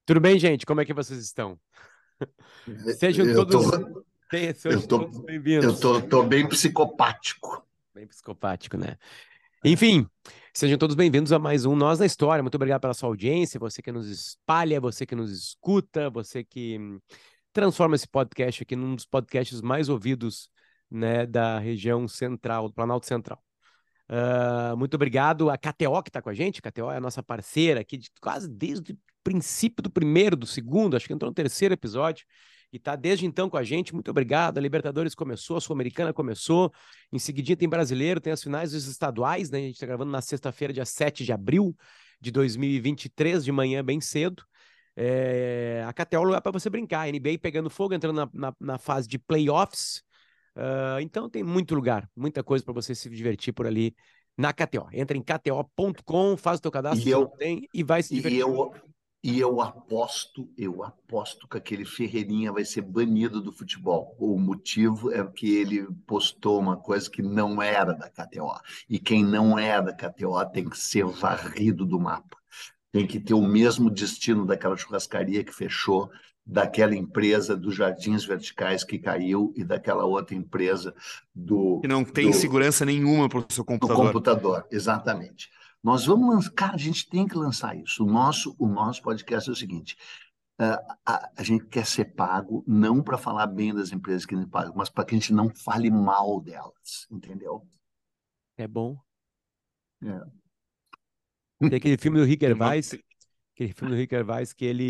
Tudo bem, gente? Como é que vocês estão? Sejam Eu tô, todos, eu sejam todos tô, bem-vindos. tô bem psicopático. Bem psicopático, né? É. Enfim, sejam todos bem-vindos a mais um Nós na História. Muito obrigado pela sua audiência, você que nos espalha, você que nos escuta, você que transforma esse podcast aqui num dos podcasts mais ouvidos, né, da região central, do Planalto Central. Muito obrigado a KTO que está com a gente. KTO é a nossa parceira aqui quase desde o princípio do primeiro, do segundo, acho que entrou no terceiro episódio e está desde então com a gente. Muito obrigado. A Libertadores começou, a Sul-Americana começou. Em seguidinha tem brasileiro, tem as finais dos estaduais, né? A gente está gravando na sexta-feira, dia 7 de abril de 2023, de manhã, bem cedo. A KTO é um lugar para você brincar. A NBA pegando fogo, entrando na fase de playoffs. Então tem muito lugar, muita coisa para você se divertir por ali na KTO. Entra em kto.com, faz o teu cadastro E se não eu, tem e vai se e divertir. eu, eu aposto que aquele Ferreirinha vai ser banido do futebol. O motivo é que ele postou uma coisa que não era da KTO. E quem não é da KTO tem que ser varrido do mapa. Tem que ter o mesmo destino daquela churrascaria que fechou, daquela empresa dos Jardins Verticais que caiu e daquela outra empresa Que do, não tem do, segurança nenhuma para o seu do computador. computador. Exatamente. Nós vamos lançar, cara, a gente tem que lançar isso. O nosso podcast é o seguinte: a gente quer ser pago não para falar bem das empresas que nos pagam, mas para que a gente não fale mal delas, entendeu? É bom. É. Tem aquele filme do Rick Tem uma- Gervais, aquele filme do Rick Gervais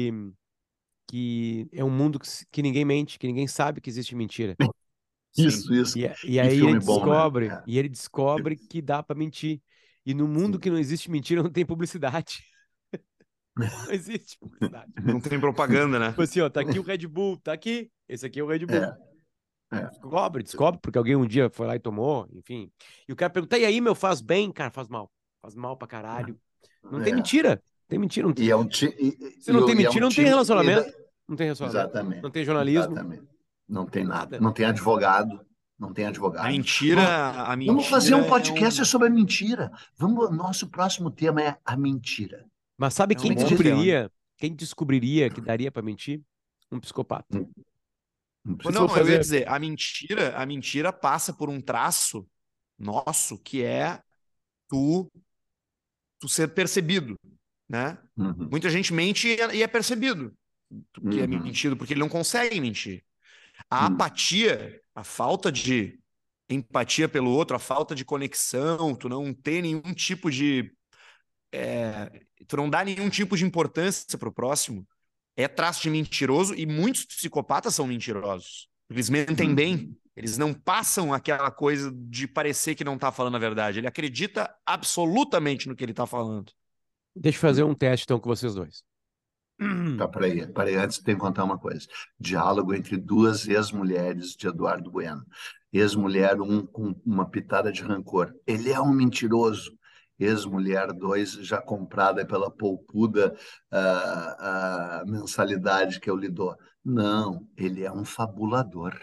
que é um mundo que ninguém mente, que ninguém sabe que existe mentira. Sim. Isso. E Que aí filme bom, né? ele descobre que dá para mentir. E no mundo Sim. que não existe mentira, não tem publicidade. Não existe publicidade. Não tem propaganda, né? Tipo assim, ó, tá aqui o Red Bull, tá aqui. Esse aqui é o Red Bull. É, é. Descobre, porque alguém um dia foi lá e tomou, enfim. E o cara pergunta, e aí, meu, faz bem? Cara, faz mal. Faz mal pra caralho. Não tem É. mentira. Tem mentira. Não tem... E é um, ti, Se não tem e é um mentira, não tem time. relacionamento. Não tem relacionamento. Exatamente, Não tem jornalismo. Não exatamente. Não tem tem nada. nada. Não tem advogado. Não tem A advogado. Nós- mentira, a Vamos fazer mentira um é podcast um, sobre a mentira. Nosso próximo tema é a mentira. Mas sabe é um bom tema. quem descobriria que daria pra mentir? Um psicopata. Não, não Ou Se precisa. for não, eu ia fazer... dizer, a mentira passa por um traço nosso que é tu, tu ser percebido, né? Uhum, Muita gente mente e é percebido que é uhum, mentido, porque ele não consegue mentir. A uhum. apatia, a falta de empatia pelo outro, a falta de conexão, tu não ter nenhum tipo de. Tu não dá nenhum tipo de importância pro próximo, é traço de mentiroso e muitos psicopatas são mentirosos. Eles mentem bem, Uhum. eles não passam aquela coisa de parecer que não tá falando a verdade. Ele acredita absolutamente no que ele tá falando. Deixa eu fazer um teste, então, com vocês dois. Tá, peraí, antes tem que contar uma coisa. Diálogo entre duas ex-mulheres de Eduardo Bueno. Ex-mulher, um com uma pitada de rancor. Ele é um mentiroso. Ex-mulher, dois, já comprada pela poupuda mensalidade que eu lhe dou. Não, ele é um fabulador.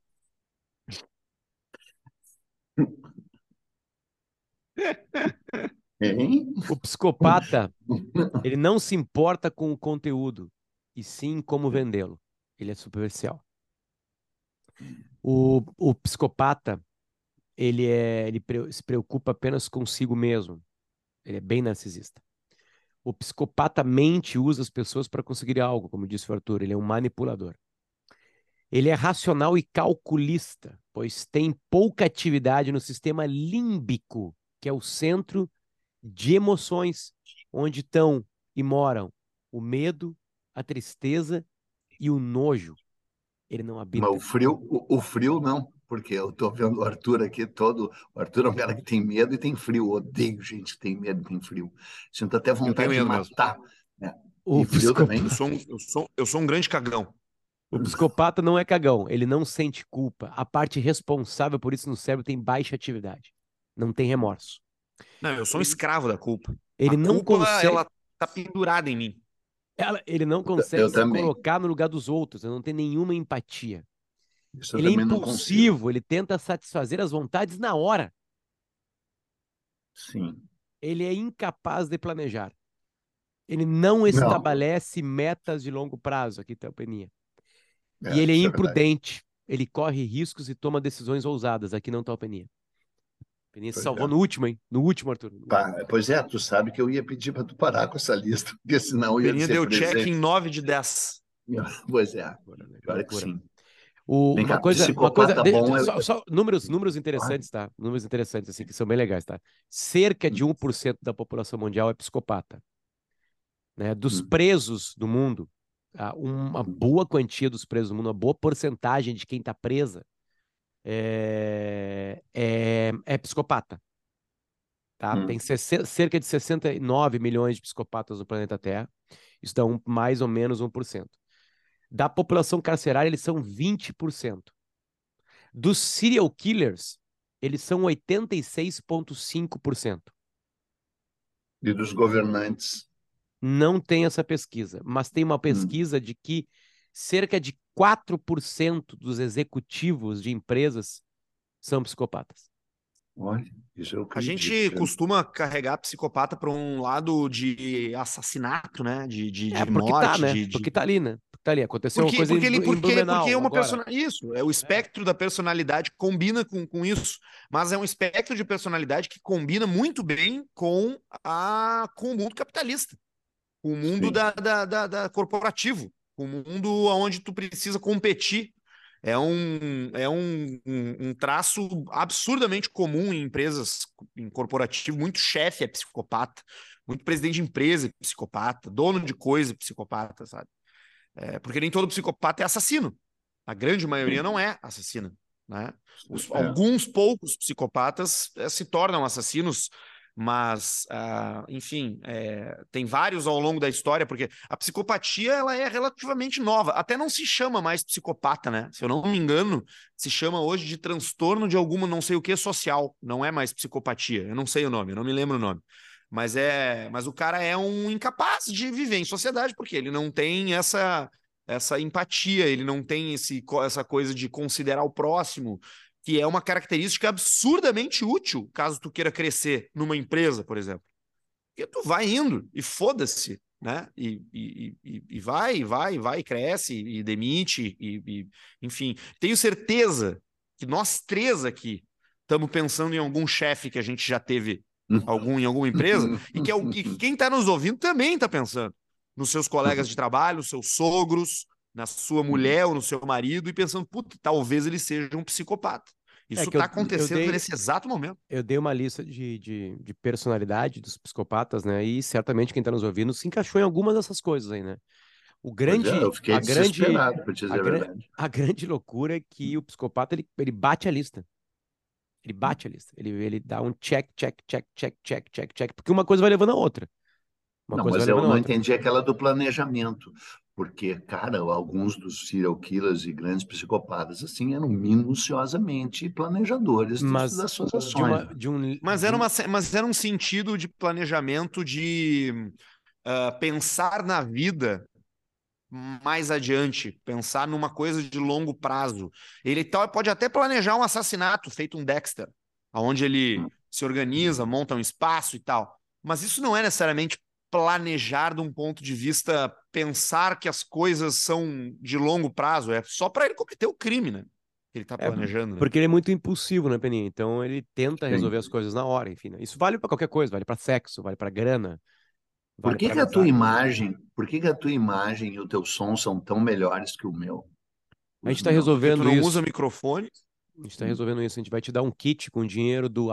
Hein? O psicopata, ele não se importa com o conteúdo, e sim como vendê-lo. Ele é superficial. O psicopata, se preocupa apenas consigo mesmo. Ele é bem narcisista. O psicopata mente e usa as pessoas para conseguir algo, como disse o Arthur. Ele é um manipulador. Ele é racional e calculista, pois tem pouca atividade no sistema límbico, que é o centro de emoções, onde estão e moram o medo, a tristeza e o nojo. Ele não Mas habita. o frio não, porque eu tô vendo o Arthur aqui todo. O Arthur é um cara que tem medo e tem frio. Eu odeio gente que tem medo e tem frio. Sinto até Eu tenho vontade de medo mesmo. matar, né? O, E frio psicop... também? Eu sou um grande cagão. o psicopata não é cagão, ele não sente culpa. A parte responsável por isso no cérebro tem baixa atividade. Não tem remorso. Não, eu sou um Ele, escravo da culpa. A ele não culpa, consegue. ela tá pendurada em mim. Ele não consegue Eu se também. colocar no lugar dos outros, ele não tem nenhuma empatia. Isso eu Ele é também não consigo. impulsivo, ele tenta satisfazer as vontades na hora. Sim. Ele é incapaz de planejar. Ele não Não, estabelece metas de longo prazo, aqui está a Peninha. E ele é isso é verdade. imprudente. Ele corre riscos e toma decisões ousadas. Aqui não está o Peninha. O Peninha se Pois salvou é. no último, hein? No último, Arthur. No último. Pois é, tu sabe que eu ia pedir para tu parar com essa lista, porque senão eu ia Peninha dizer deu check presente. em 9 de 10. Pois é, Loucura, né? Que claro que loucura. sim. Vem cá, Uma coisa, psicopata bom é. só números interessantes, tá? Números interessantes, assim, que são bem legais, tá? Cerca de 1% da população mundial é psicopata, né? Dos presos do mundo, uma boa quantia dos presos do mundo, uma boa porcentagem de quem está presa é psicopata, tá? Tem cerca de 69 milhões de psicopatas no planeta Terra, isso dá mais ou menos 1%. Da população carcerária, eles são 20%. Dos serial killers, eles são 86,5%. E dos governantes. Não tem essa pesquisa, mas tem uma pesquisa de que cerca de 4% dos executivos de empresas são psicopatas. Olha, isso eu A acredito. gente costuma carregar psicopata para um lado de assassinato, né? De Porque tá, morte, né? Porque tá ali, né? Tá ali. Aconteceu uma coisa em Porque é Blumenau uma agora. Isso, o espectro da personalidade combina com isso, mas é um espectro de personalidade que combina muito bem com o mundo capitalista, com o mundo Sim. da corporativo, com o mundo onde tu precisa competir. Um traço absurdamente comum em empresas, em corporativo. Muito chefe é psicopata, muito presidente de empresa é psicopata, dono de coisa é psicopata, sabe? Porque nem todo psicopata é assassino. A grande maioria não é assassina, né? Alguns poucos psicopatas se tornam assassinos, mas, enfim, tem vários ao longo da história, porque a psicopatia ela é relativamente nova. Até não se chama mais psicopata, né? Se eu não me engano, se chama hoje de transtorno de alguma não sei o que social. Não é mais psicopatia. Eu não sei o nome, eu não me lembro o nome. Mas o cara é um incapaz de viver em sociedade, porque ele não tem essa empatia, ele não tem essa coisa de considerar o próximo, que é uma característica absurdamente útil caso tu queira crescer numa empresa, por exemplo. Porque tu vai indo e foda-se, né? E vai, cresce e demite, enfim. Tenho certeza que nós três aqui estamos pensando em algum chefe que a gente já teve em alguma empresa, e que quem está nos ouvindo também está pensando nos seus colegas de trabalho, nos seus sogros, na sua mulher ou no seu marido, e pensando, puta, talvez ele seja um psicopata. Isso que está acontecendo nesse exato momento. Eu dei uma lista de personalidade dos psicopatas, né? E certamente quem está nos ouvindo se encaixou em algumas dessas coisas aí, né? Eu fiquei desesperado, para te dizer a verdade. A grande loucura é que o psicopata ele bate a lista. Ele bate a lista. Ele dá um check, check, check, check, check, check, check, porque uma coisa vai levando a outra. Uma Não, coisa vai mas eu levando a não outra. entendi aquela do planejamento, porque, cara, alguns dos serial killers e grandes psicopatas, assim, eram minuciosamente planejadores Mas das suas ações. Mas era um sentido de planejamento de pensar na vida mais adiante, pensar numa coisa de longo prazo. Ele pode até planejar um assassinato feito um Dexter, onde ele se organiza, monta um espaço e tal. Mas isso não é necessariamente planejar de um ponto de vista pensar que as coisas são de longo prazo, é só para ele cometer o crime, né? Que ele está planejando, né? Porque ele é muito impulsivo, né, Peninha? Então ele tenta resolver Sim. as coisas na hora, enfim. Né? Isso vale para qualquer coisa, vale para sexo, vale para grana, Por vale que para que a tua amizade. imagem, por que que a tua imagem e o teu som são tão melhores que o meu? A gente Os está meus. Porque tu resolvendo não usa isso. microfone. A gente está resolvendo isso. A gente vai te dar um kit com dinheiro do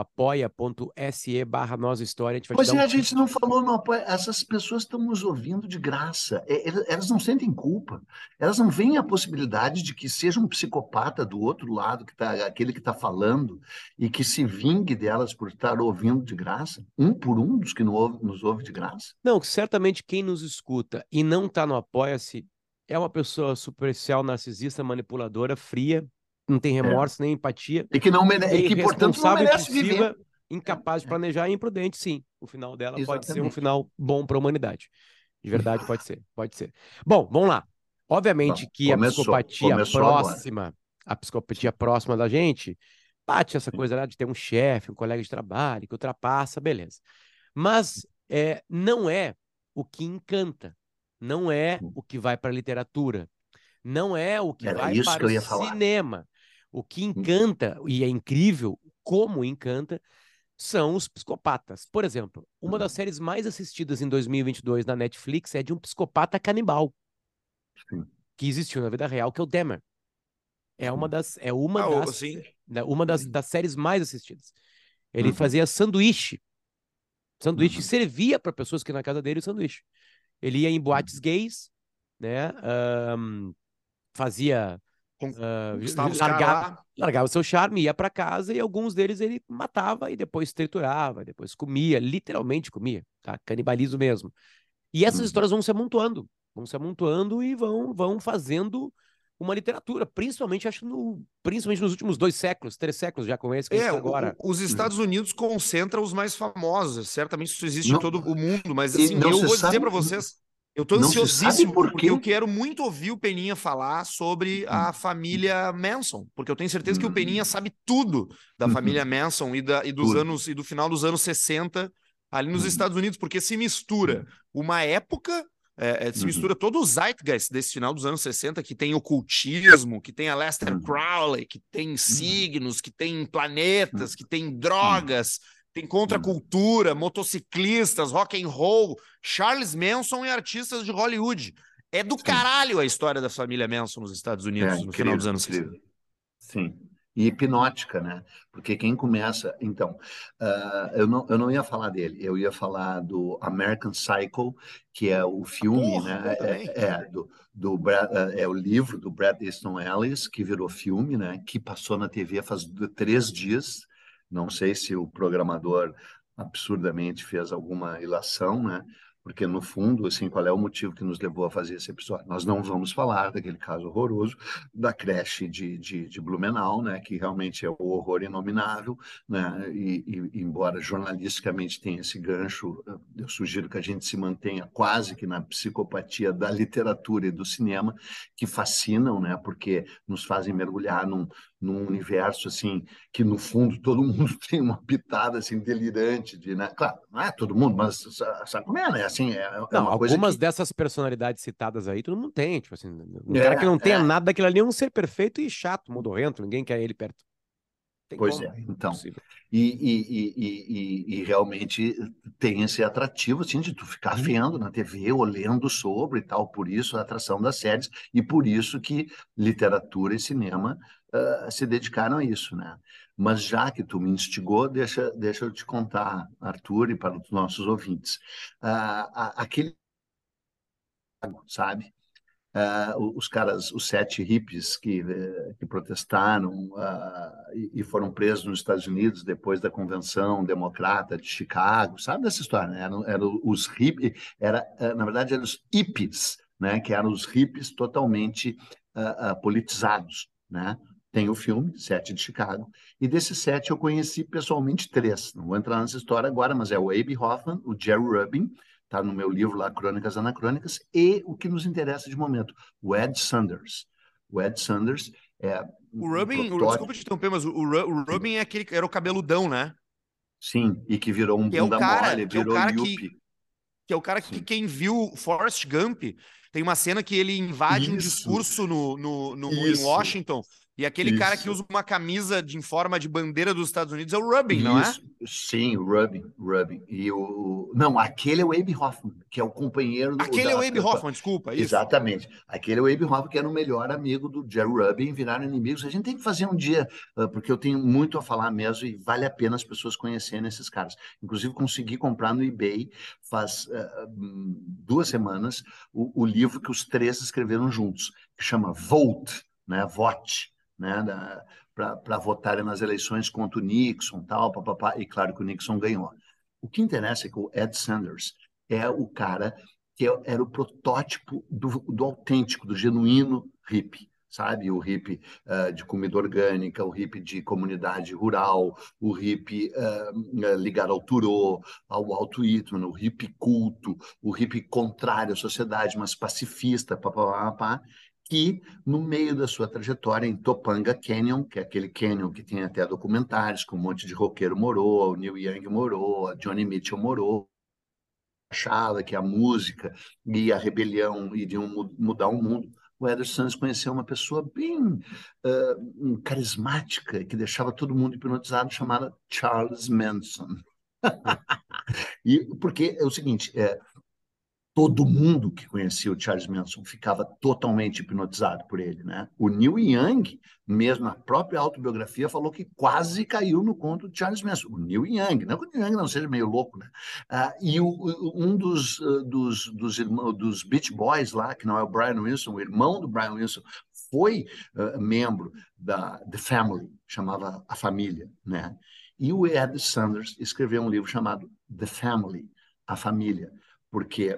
apoia.se/nossa história. A gente vai te Pois dar é, um a kit. gente não falou no apoio. Essas pessoas estão nos ouvindo de graça. Elas não sentem culpa. Elas não veem a possibilidade de que seja um psicopata do outro lado, aquele que está falando, e que se vingue delas por estar ouvindo de graça, um por um dos que nos ouve de graça. Não, certamente quem nos escuta e não está no Apoia-se é uma pessoa superficial, narcisista, manipuladora, fria, não tem É. remorso nem empatia, E é que, portanto, não irresponsável, merece viver. impulsiva, incapaz de planejar e imprudente, sim. O final dela pode ser um Exatamente. final bom para a humanidade. De verdade, pode ser, pode ser. Bom, vamos lá. Obviamente Bom, que começou agora. a psicopatia próxima da gente, bate essa coisa lá de ter um chefe, um colega de trabalho que ultrapassa, beleza. Mas não é o que encanta, não é o que vai para a literatura, não é o que Era vai isso para que o eu ia falar. cinema. O que encanta, e é incrível como encanta, são os psicopatas. Por exemplo, uma das séries mais assistidas em 2022 na Netflix é de um psicopata canibal Sim, que existiu na vida real, que é o Dahmer. É uma sim. das, Sim. das séries mais assistidas. Ele Uhum, fazia sanduíche. Sanduíche uhum, servia para pessoas que iam na casa dele o sanduíche. Ele ia em boates uhum, gays, né? Fazia Conquistava os caras largar, lá. largava o seu charme, ia para casa e alguns deles ele matava e depois triturava, depois comia, literalmente comia, tá? Canibalismo mesmo. E essas uhum. histórias vão se amontoando e vão fazendo uma literatura, principalmente acho principalmente nos últimos 2 séculos, 3 séculos já com esse que a gente está agora. Os Estados Unidos concentram os mais famosos. Certamente isso existe em Não, todo o mundo, mas e assim, não eu se vou dizer sabe, para vocês, eu tô não se sabe ansiosíssimo por porque eu quê. quero muito ouvir o Peninha falar sobre a família Manson, porque eu tenho certeza que o Peninha Hum, sabe tudo da família Manson e dos tudo. anos e do final dos anos 60 ali nos Uhum, Estados Unidos, porque se mistura uma época se mistura uhum, todo o zeitgeist desse final dos anos 60, que tem ocultismo, que tem a Lester uhum, Crowley, que tem uhum, signos, que tem planetas, que tem drogas, tem uhum, contracultura, motociclistas, rock and roll, Charles Manson e artistas de Hollywood. É do sim. caralho a história da família Manson nos Estados É Unidos, no final dos incrível, anos 60. incrível. Sim. E hipnótica, né? Porque quem começa. Então, eu não ia falar dele, eu ia falar do American Psycho, que é o Ah, filme, porra, né? também. É o livro do Bret Easton Ellis, que virou filme, né? Que passou na TV faz 3 dias. Não sei se o programador absurdamente fez alguma ilação, né? Porque, no fundo, assim, qual é o motivo que nos levou a fazer esse episódio? Nós não vamos falar daquele caso horroroso da creche de Blumenau, né, que realmente é o horror inominável, né, e embora jornalisticamente tenha esse gancho, eu sugiro que a gente se mantenha quase que na psicopatia da literatura e do cinema, que fascinam, né, porque nos fazem mergulhar num universo assim que no fundo todo mundo tem uma pitada assim delirante de, né? Claro, não é todo mundo, mas sabe como é, né? Assim, é Não, uma coisa algumas que dessas personalidades citadas aí, todo mundo tem. Tipo assim, um cara que é, não tenha é, nada daquilo ali é um ser perfeito e chato, modorrento, ninguém quer ele perto. Tem pois como, é, então. possível. E realmente tem esse atrativo assim, de tu ficar vendo na TV, olhando sobre e tal, por isso a atração das séries, e por isso que literatura e cinema se dedicaram a isso, né? Mas já que tu me instigou, deixa eu te contar, Arthur, e para os nossos ouvintes. Aquele, sabe? Os caras, os 7 hippies que protestaram e foram presos nos Estados Unidos depois da Convenção Democrata de Chicago, sabe dessa história, né? Eram os hippies, na verdade, eram os hippies, né? Que eram os hippies totalmente politizados, né? Tem o filme, 7 de Chicago, e desses 7 eu conheci pessoalmente 3. Não vou entrar nessa história agora, mas é o Abe Hoffman, o Jerry Rubin, está no meu livro lá, Crônicas Anacrônicas, e o que nos interessa de momento, o Ed Sanders. O Ed Sanders é O um Rubin, desculpa protótipo, te interromper, mas o Rubin é aquele que era o cabeludão, né? sim, e que virou um Que é o bunda cara, mole, que é o virou cara que Yuppie. que é o cara que Sim. quem viu Forrest Gump tem uma cena que ele invade um Isso, discurso em isso, Washington e aquele cara que isso. usa uma camisa em forma de bandeira dos Estados Unidos é o Rubin, não é? Isso, sim, o Rubin. Não, aquele é o Abe Hoffman, que é o companheiro Aquele é o Abe Hoffman, desculpa, isso. Exatamente. Aquele é o Abe Hoffman, que era o melhor amigo do Jerry Rubin, viraram inimigos. A gente tem que fazer um dia, porque eu tenho muito a falar mesmo e vale a pena as pessoas conhecerem esses caras. Inclusive, consegui comprar no eBay faz 2 semanas o livro que os 3 escreveram juntos, que chama Vote, né? Vote, né? Para votarem nas eleições contra o Nixon, tal, papapá, e claro que o Nixon ganhou. O que interessa é que o Ed Sanders é o cara que era o protótipo do autêntico, do genuíno hippie, sabe? O hippie de comida orgânica, o hippie de comunidade rural, o hippie ligado ao Thoreau, ao Walt Whitman, o hippie culto, o hippie contrário à sociedade, mas pacifista, papapá, que no meio da sua trajetória em Topanga Canyon, que é aquele canyon que tem até documentários, que um monte de roqueiro morou, o Neil Young morou, a Johnny Mitchell morou, achava que a música e a rebelião iriam mudar o mundo. O Edward Sanders conheceu uma pessoa bem carismática, que deixava todo mundo hipnotizado, chamada Charles Manson. Porque é o seguinte, todo mundo que conhecia o Charles Manson ficava totalmente hipnotizado por ele, né? O Neil Young, mesmo na própria autobiografia, falou que quase caiu no conto de Charles Manson. O Neil Young, não que o Neil Young não seja meio louco, né? Um dos Beach Boys lá, que não é o Brian Wilson, o irmão do Brian Wilson, foi membro da The Family, chamava A Família, né? E o Ed Sanders escreveu um livro chamado The Family, A Família, porque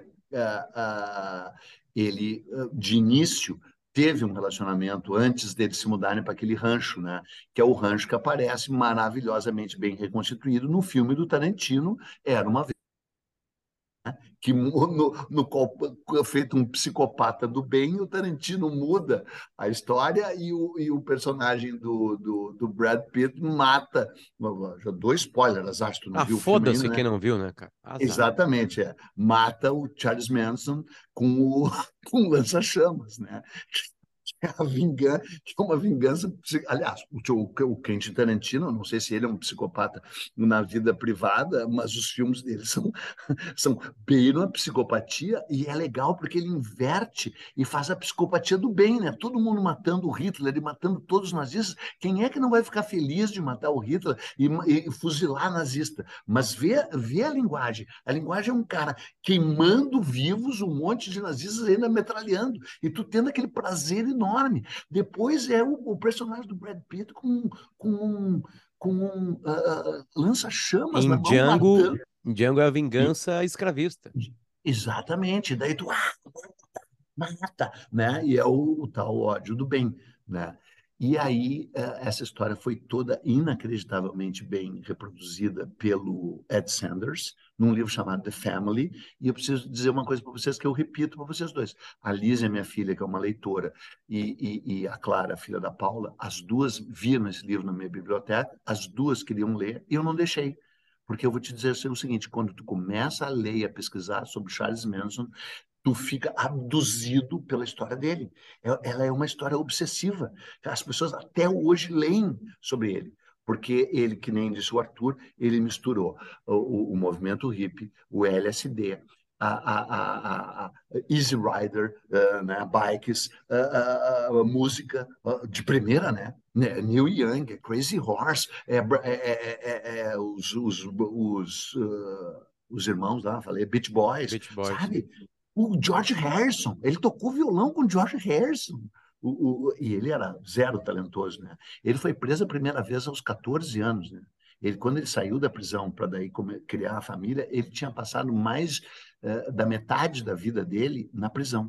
ele, de início, teve um relacionamento antes deles se mudarem para aquele rancho, né? Que é o rancho que aparece maravilhosamente bem reconstituído no filme do Tarantino, Era uma Vez, que no qual é feito um psicopata do bem, o Tarantino muda a história e o personagem do Brad Pitt mata. Já dou spoilers, acho que tu não viu o filme ainda, Foda-se né? quem não viu, né, cara? Azar. Exatamente, mata o Charles Manson com o com lança-chamas, né? Que é uma vingança. Aliás, o Quentin Tarantino, não sei se ele é um psicopata na vida privada, mas os filmes dele são bem na psicopatia, e é legal porque ele inverte e faz a psicopatia do bem, né? Todo mundo matando o Hitler e matando todos os nazistas. Quem é que não vai ficar feliz de matar o Hitler e fuzilar nazista? Mas vê a linguagem. A linguagem é um cara queimando vivos um monte de nazistas ainda metralhando, e tu tendo aquele prazer enorme. Depois é o personagem do Brad Pitt com lança-chamas na Em mão, Django, matando. em Django é a E- vingança escravista. Exatamente. Daí tu mata, né? E é o tal ódio do bem, né? E aí essa história foi toda inacreditavelmente bem reproduzida pelo Ed Sanders num livro chamado The Family. E eu preciso dizer uma coisa para vocês que eu repito para vocês dois. A Lisa, minha filha, que é uma leitora, e a Clara, a filha da Paula, as duas viram esse livro na minha biblioteca, as duas queriam ler e eu não deixei. Porque eu vou te dizer o seguinte, quando tu começa a ler e a pesquisar sobre Charles Manson, tu fica abduzido pela história dele. Ela é uma história obsessiva. As pessoas até hoje leem sobre ele. Porque ele, que nem disse o Arthur, ele misturou o movimento hippie, o LSD, a Easy Rider, né, bikes, a música de primeira, né? Neil Young, Crazy Horse, os irmãos lá, falei, Beach Boys, Beach Boys. sabe? O George Harrison, ele tocou violão com o George Harrison. E ele era zero talentoso, né? Ele foi preso a primeira vez aos 14 anos, né? Quando ele saiu da prisão para daí criar a família, ele tinha passado mais da metade da vida dele na prisão.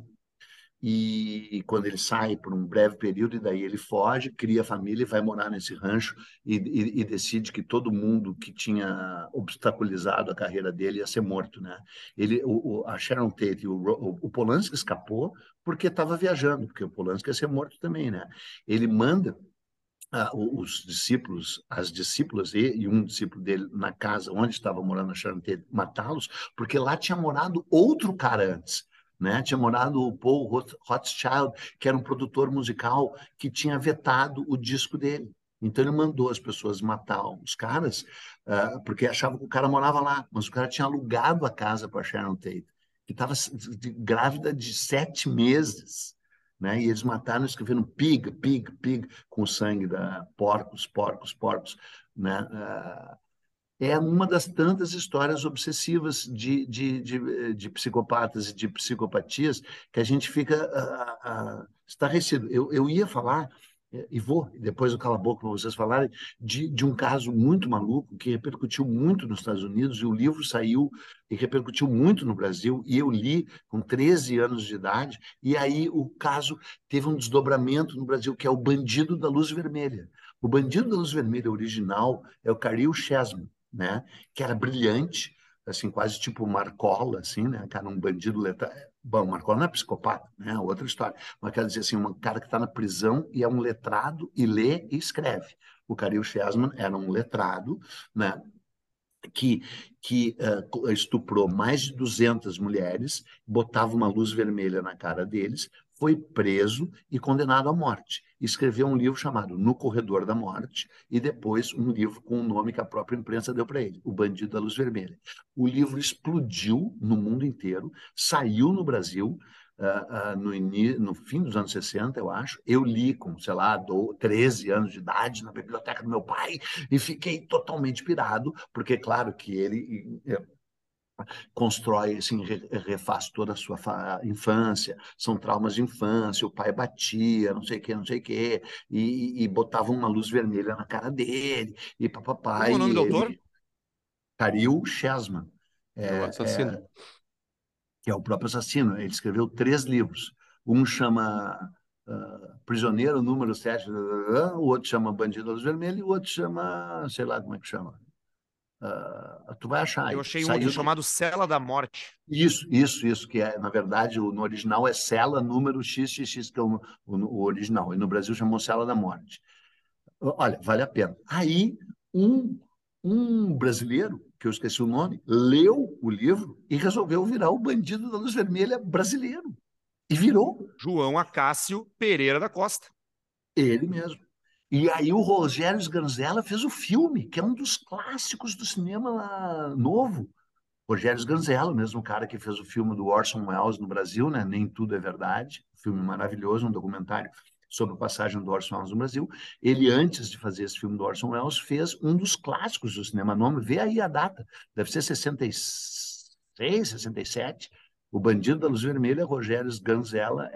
E quando ele sai por um breve período, e daí ele foge, cria a família e vai morar nesse rancho e decide que todo mundo que tinha obstaculizado a carreira dele ia ser morto, né? A Sharon Tate e o Polanski escapou porque estava viajando, porque o Polanski ia ser morto também, né? Ele manda os discípulos, as discípulas e um discípulo dele na casa onde estava morando a Sharon Tate, matá-los, porque lá tinha morado outro cara antes, né? Tinha morado o Paul Rothschild, que era um produtor musical que tinha vetado o disco dele. Então ele mandou as pessoas matar os caras, porque achavam que o cara morava lá, mas o cara tinha alugado a casa para Sharon Tate, que estava grávida de 7 meses, né? E eles mataram escrevendo pig, pig, pig, com o sangue da porcos, porcos, porcos, né? É uma das tantas histórias obsessivas de psicopatas e de psicopatias que a gente fica estarrecido. Eu ia falar, e vou, depois eu calo a boca para vocês falarem, de um caso muito maluco que repercutiu muito nos Estados Unidos, e o livro saiu e repercutiu muito no Brasil, e eu li com 13 anos de idade, e aí o caso teve um desdobramento no Brasil, que é o Bandido da Luz Vermelha. O Bandido da Luz Vermelha original é o Khalil Shesman, né? Que era brilhante, assim, quase tipo Marcola, assim, né? Cara, um bandido letrado. Bom, Marcola não é psicopata, né? Outra história. Mas quer dizer assim, um cara que está na prisão e é um letrado e lê e escreve. O Khalil Shesman era um letrado, né? que, estuprou mais de 200 mulheres, botava uma luz vermelha na cara deles, foi preso e condenado à morte. Escreveu um livro chamado No Corredor da Morte e depois um livro com o nome que a própria imprensa deu para ele, O Bandido da Luz Vermelha. O livro explodiu no mundo inteiro, saiu no Brasil, no fim dos anos 60, eu acho. Eu li com, sei lá, 13 anos de idade na biblioteca do meu pai e fiquei totalmente pirado, porque, claro, que ele constrói, assim, refaz toda a sua infância, são traumas de infância, o pai batia, não sei o que, não sei o que, e botava uma luz vermelha na cara dele, e Como é papai, o nome e do autor? ele... Khalil Shesman, É o assassino. que é o próprio assassino. Ele escreveu 3 livros. Um chama Prisioneiro Número 7, o outro chama Bandido da Luz Vermelha, e o outro chama, sei lá como é que chama. Tu vai achar Eu aí. achei um outro Saiu no... chamado Cela da Morte. Isso, que é, na verdade, no original é Cela número XXX, que é o original, e no Brasil chamou Cela da Morte. Olha, vale a pena. Aí, um, um brasileiro, que eu esqueci o nome, leu o livro e resolveu virar o Bandido da Luz Vermelha brasileiro. E virou João Acácio Pereira da Costa. ele mesmo. E aí o Rogério Sganzella fez o filme, que é um dos clássicos do cinema novo. Rogério Sganzella, o mesmo cara que fez o filme do Orson Welles no Brasil, né? Nem Tudo é Verdade, um filme maravilhoso, um documentário sobre a passagem do Orson Welles no Brasil. Ele, antes de fazer esse filme do Orson Welles, fez um dos clássicos do cinema novo. Vê aí a data, deve ser 66, 67. O Bandido da Luz Vermelha, Rogério Sganzella,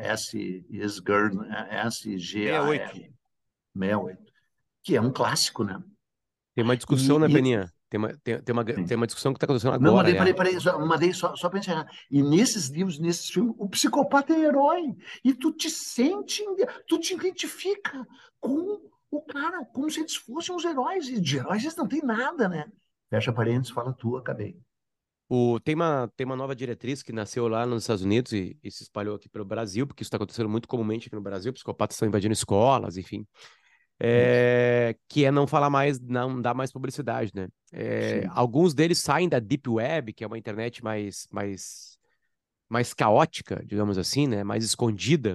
Oito. S-G-A-R, 68, que é um clássico, né? Tem uma discussão, né, E, e Peninha? Tem uma discussão que está acontecendo Não, agora, aliás. mandei só para encerrar. E nesses livros, nesses filmes, o psicopata é herói. E tu te sente, tu te identifica com o cara, como se eles fossem os heróis. E de heróis eles não têm nada, né? Fecha parênteses, fala tu, acabei. Tem uma nova diretriz que nasceu lá nos Estados Unidos e se espalhou aqui pelo Brasil, porque isso está acontecendo muito comumente aqui no Brasil, psicopatas estão invadindo escolas, enfim. Isso. Que é não falar mais, não dar mais publicidade, né? Sim. Alguns deles saem da Deep Web, que é uma internet mais caótica, digamos assim, né? Mais escondida,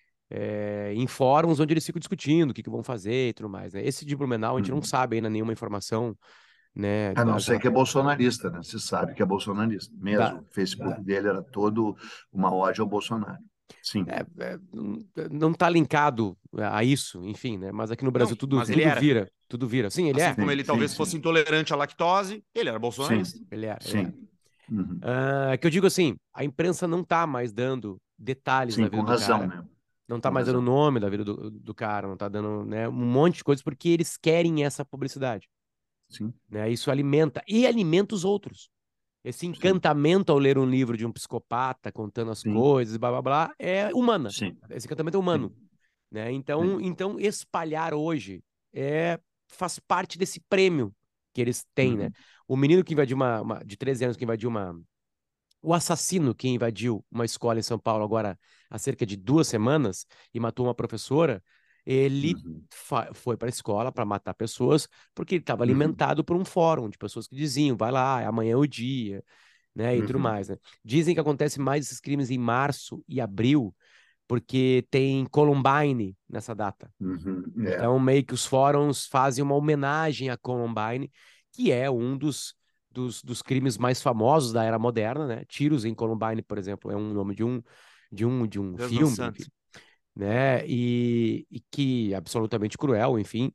em fóruns onde eles ficam discutindo o que vão fazer e tudo mais, né? Esse de Blumenau a gente não Uhum. sabe ainda nenhuma informação, né? A não ser que é bolsonarista, né? Você sabe que é bolsonarista. Da, Mesmo o Facebook dele era todo uma ódio ao Bolsonaro. Sim, não está linkado a isso, enfim, né? Mas aqui no Não, Brasil tudo, mas ele tudo era. vira, tudo vira. Sim, ele Assim é. como ele talvez fosse intolerante à lactose, ele era sim, bolsonarista. Ele é. sim. Uhum. Que eu digo assim, a imprensa não tá mais dando detalhes da Sim, vida com do razão, cara, né? não tá Com mais dando o razão. nome da vida do cara, não tá dando, né, um monte de coisas porque eles querem essa publicidade, Sim, né? Isso alimenta e alimenta os outros. Esse sim, encantamento ao ler um livro de um psicopata contando as sim, coisas, blá blá blá, é humana. sim, Esse encantamento é humano, sim, né? sim. Então espalhar hoje faz parte desse prêmio que eles têm, né? Uhum, O menino que invadiu de 13 anos que invadiu uma o assassino que invadiu uma escola em São Paulo agora há cerca de 2 semanas e matou uma professora, ele uhum, foi para a escola para matar pessoas porque ele estava uhum, alimentado por um fórum de pessoas que diziam, vai lá, amanhã é o dia, né, e tudo uhum, mais, né? Dizem que acontece mais esses crimes em março e abril porque tem Columbine nessa data. uhum. É. Então, meio que os fóruns fazem uma homenagem a Columbine, que é um dos crimes mais famosos da era moderna, né? Tiros em Columbine, por exemplo, é um nome de um Desmond filme, enfim, Santos. né? E que é absolutamente cruel, enfim,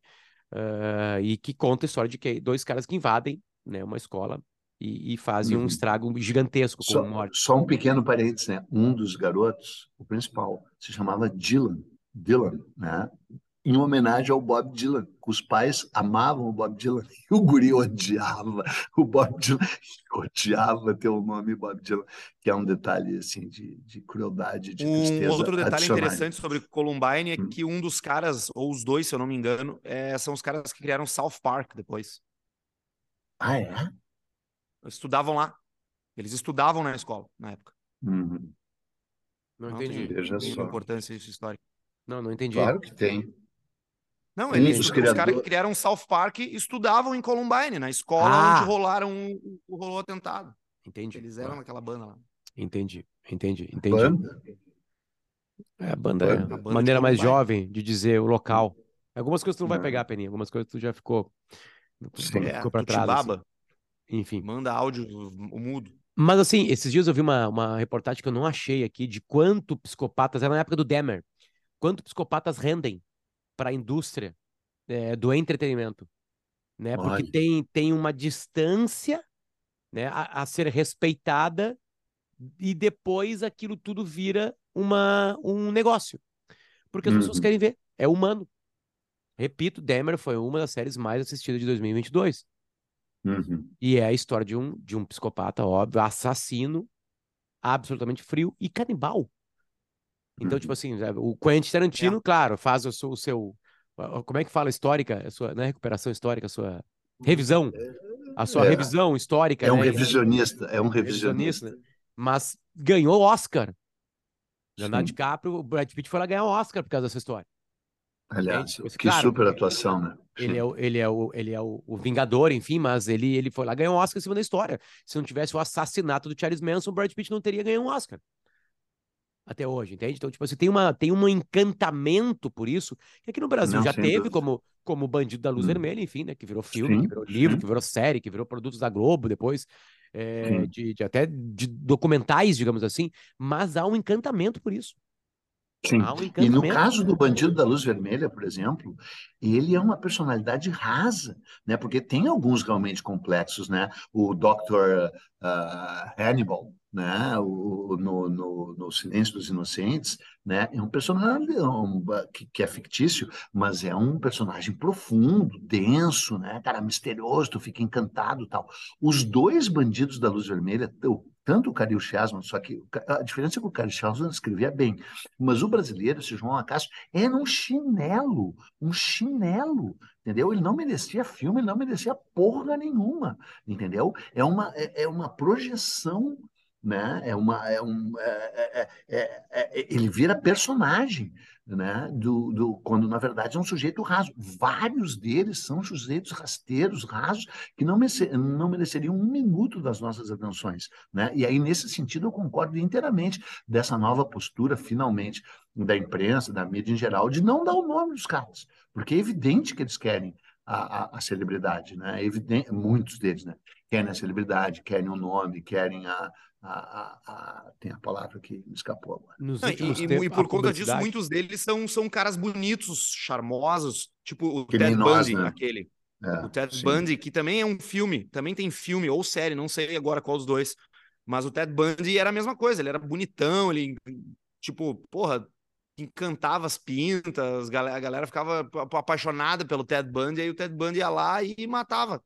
e que conta a história de que dois caras que invadem, né, uma escola e fazem um Uhum. estrago gigantesco com morte. Só um pequeno parênteses, né? Um dos garotos, o principal, se chamava Dylan, né? Em homenagem ao Bob Dylan. Os pais amavam o Bob Dylan e o guri odiava o Bob Dylan, odiava ter o nome Bob Dylan, que é um detalhe assim de crueldade, de Um tristeza outro detalhe adicional. interessante sobre Columbine é que um dos caras, ou os dois, se eu não me engano, são os caras que criaram South Park depois. Ah, é? Estudavam lá. Eles estudavam na escola, na época. Uhum. Não Não entendi. tem Veja nenhuma só. importância isso histórica. Não entendi. Claro que tem. Não, Os os caras que criadores. criaram South Park estudavam em Columbine, na escola onde Ah, rolou o atentado. entendi. Eles eram naquela banda lá. Entendi. Banda, A banda é A a banda. banda de maneira mais Columbine. jovem de dizer o local. Algumas coisas tu não vai pegar, Não, Peninha. Algumas coisas tu já ficou, sim. ficou para Tu te trás, assim. baba, Enfim. manda áudio o mudo. Mas assim, esses dias eu vi uma reportagem que eu não achei aqui de quanto psicopatas, era na época do Dahmer, quanto psicopatas rendem para a indústria do entretenimento, né? Porque Olha. tem uma distância, né, a ser respeitada e depois aquilo tudo vira um negócio. Porque as pessoas Uhum, querem ver, é humano. Repito, Dahmer foi uma das séries mais assistidas de 2022. uhum, E é a história de um psicopata, óbvio, assassino, absolutamente frio e canibal. Então, tipo uhum. assim, o Quentin É. Tarantino, claro, faz o seu. Como é que fala histórica? A sua, não é recuperação histórica, a sua revisão. A sua É, revisão histórica, é um né? revisionista, é um Revisionista, revisionista. né? Mas ganhou Oscar. Leonardo Sim. DiCaprio, o Brad Pitt foi lá ganhar um Oscar por causa dessa história. Entende? Aliás, Tipo assim, que claro, super atuação, né? Sim. ele é o Vingador, enfim, mas ele foi lá ganhar um Oscar em cima da história. Se não tivesse o assassinato do Charles Manson, o Brad Pitt não teria ganho um Oscar até hoje, entende? Então, tipo assim, tem um encantamento por isso, que aqui no Brasil Não, já sem teve dúvida. como Bandido da Luz Hum. Vermelha, enfim, né? Que virou filme, que Sim, virou livro, que sim, virou série, que virou produtos da Globo depois, sim. até de documentais, digamos assim, mas há um encantamento por isso. Sim. Há um E no encantamento. caso do Bandido da Luz Vermelha, por exemplo, ele é uma personalidade rasa, né? Porque tem alguns realmente complexos, né? O Dr. Hannibal, né? No Silêncio dos Inocentes, né? É um personagem que é fictício, mas é um personagem profundo, denso, né? Cara, misterioso, tu fica encantado, e tal. Os dois Bandidos da Luz Vermelha, tanto o Khalil Shazman, só que a diferença é que o Khalil Shazman escrevia bem. Mas o brasileiro, esse João Acácio, era um chinelo, entendeu? Ele não merecia filme, ele não merecia porra nenhuma, entendeu? É uma projeção, né? Ele vira personagem, né? Quando na verdade é um sujeito raso. Vários deles são sujeitos rasteiros, rasos, que não mereceriam um minuto das nossas atenções, né? E aí, nesse sentido, eu concordo inteiramente dessa nova postura, finalmente, da imprensa, da mídia em geral, de não dar o nome dos caras, porque é evidente que eles querem a celebridade, né? É evidente, muitos deles, né? Querem a celebridade, querem o nome, querem tem a palavra que me escapou agora. Nos Não, últimos e tempos, a por conta disso, publicidade. muitos deles são caras bonitos, charmosos, tipo o Que nem Ted nós, Bundy, né? aquele. O É, Ted sim. Bundy, que também é um filme, também tem filme ou série, não sei agora qual dos dois. Mas o Ted Bundy era a mesma coisa, ele era bonitão, ele, tipo, porra, encantava as pintas, a galera ficava apaixonada pelo Ted Bundy, aí o Ted Bundy ia lá e matava.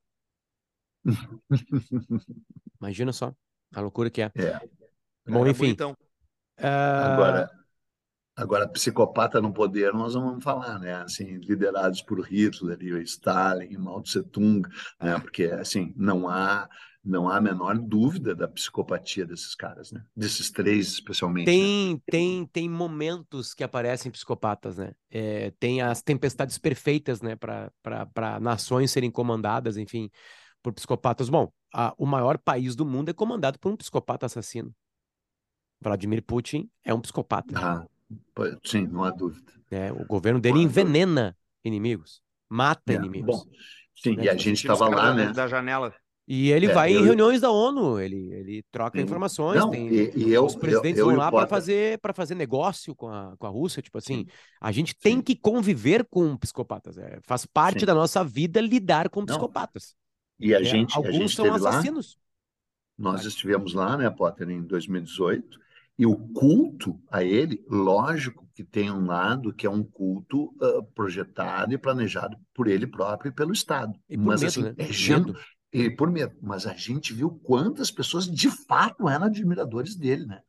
Imagina só a loucura que é. É. O cara Bom, era enfim. bonitão. ah, Agora, Agora, psicopata no poder, nós não vamos falar, né? Assim, liderados por Hitler, e Stalin, Mao Tse-tung, né? Ah, Porque, assim, não há a menor dúvida da psicopatia desses caras, né? Desses três, especialmente, né? tem momentos que aparecem psicopatas, né? Tem as tempestades perfeitas, né? Para nações serem comandadas, enfim, por psicopatas. Bom, o maior país do mundo é comandado por um psicopata assassino. Vladimir Putin é um psicopata, Ah, sim, não há dúvida. né? O governo Não dele há dúvida. envenena inimigos, mata É, bom, inimigos, sim, né? e a Tipo assim, gente tira os estava caras lá, né? da janela. e ele É, vai em reuniões da ONU, ele troca sim. informações, Não, tem os presidentes eu vão e o lá Potter, para fazer negócio com a Rússia, tipo assim, sim, a gente tem sim, que conviver com psicopatas, faz parte sim. da nossa vida lidar com Não, psicopatas, e né? a Alguns gente são teve lá. assassinos, Nós né? estivemos lá, né, Potter, em 2018, e o culto a ele, lógico que tem um lado que é um culto projetado e planejado por ele próprio e pelo Estado. E por Mas, medo, assim, né? Medo. e por medo. Mas a gente viu quantas pessoas de fato eram admiradores dele, né?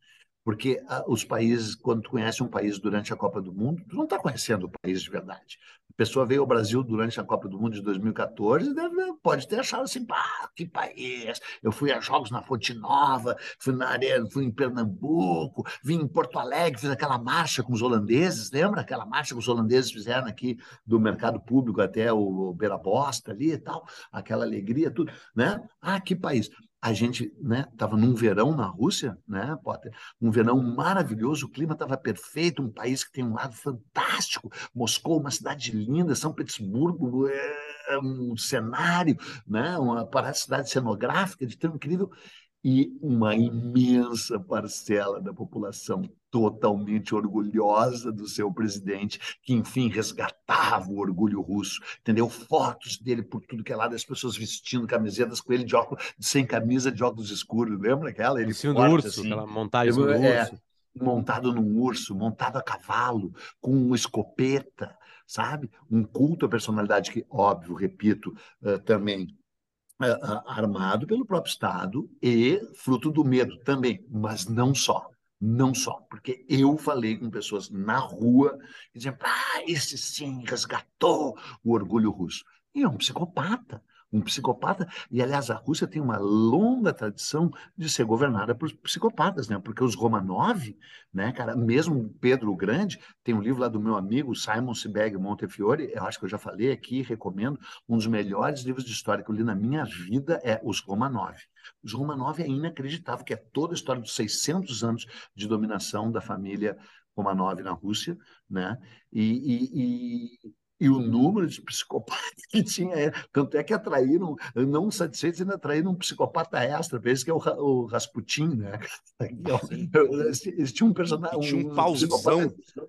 Porque os países, quando tu conhece um país durante a Copa do Mundo, tu não está conhecendo o país de verdade. A pessoa veio ao Brasil durante a Copa do Mundo de 2014 pode ter achado assim, pá, que país. Eu fui a jogos na Fonte Nova, fui na Arena, fui em Pernambuco, vim em Porto Alegre, fiz aquela marcha com os holandeses, lembra? Aquela marcha que os holandeses fizeram aqui do mercado público até o Beira Bosta ali e tal, aquela alegria, tudo, né? Ah, que país. A gente, né, estava num verão na Rússia, né, Potter? Um verão maravilhoso, o clima estava perfeito, um país que tem um lado fantástico. Moscou, uma cidade linda, São Petersburgo, um cenário, né, uma cidade cenográfica de tão incrível e uma imensa parcela da população totalmente orgulhosa do seu presidente, que, enfim, resgatava o orgulho russo, entendeu? Fotos dele por tudo que é lado, as pessoas vestindo camisetas com ele de óculos, sem camisa, de óculos escuros, lembra aquela? Em Ele cima do forte, urso, assim, aquela montagem em cima do urso. montado num urso, montado a cavalo, com uma escopeta, sabe? Um culto à personalidade que, óbvio, repito, também armado pelo próprio Estado e fruto do medo também, mas não só. Não só, porque eu falei com pessoas na rua que diziam, esse sim resgatou o orgulho russo. E é um psicopata. Um psicopata, e aliás, a Rússia tem uma longa tradição de ser governada por psicopatas, né? Porque os Romanov, né, cara, mesmo Pedro o Grande, tem um livro lá do meu amigo Simon Sebag Montefiore, eu acho que eu já falei aqui, recomendo, um dos melhores livros de história que eu li na minha vida é Os Romanov. Os Romanov é inacreditável, que é toda a história dos 600 anos de dominação da família Romanov na Rússia, né? E o número de psicopatas que tinha, tanto é que atraíram, não satisfeitos, ainda atraíram um psicopata extra, para eles que é o Rasputin, né? Eles tinham um personagem, E tinha um um psicopata, pauzão.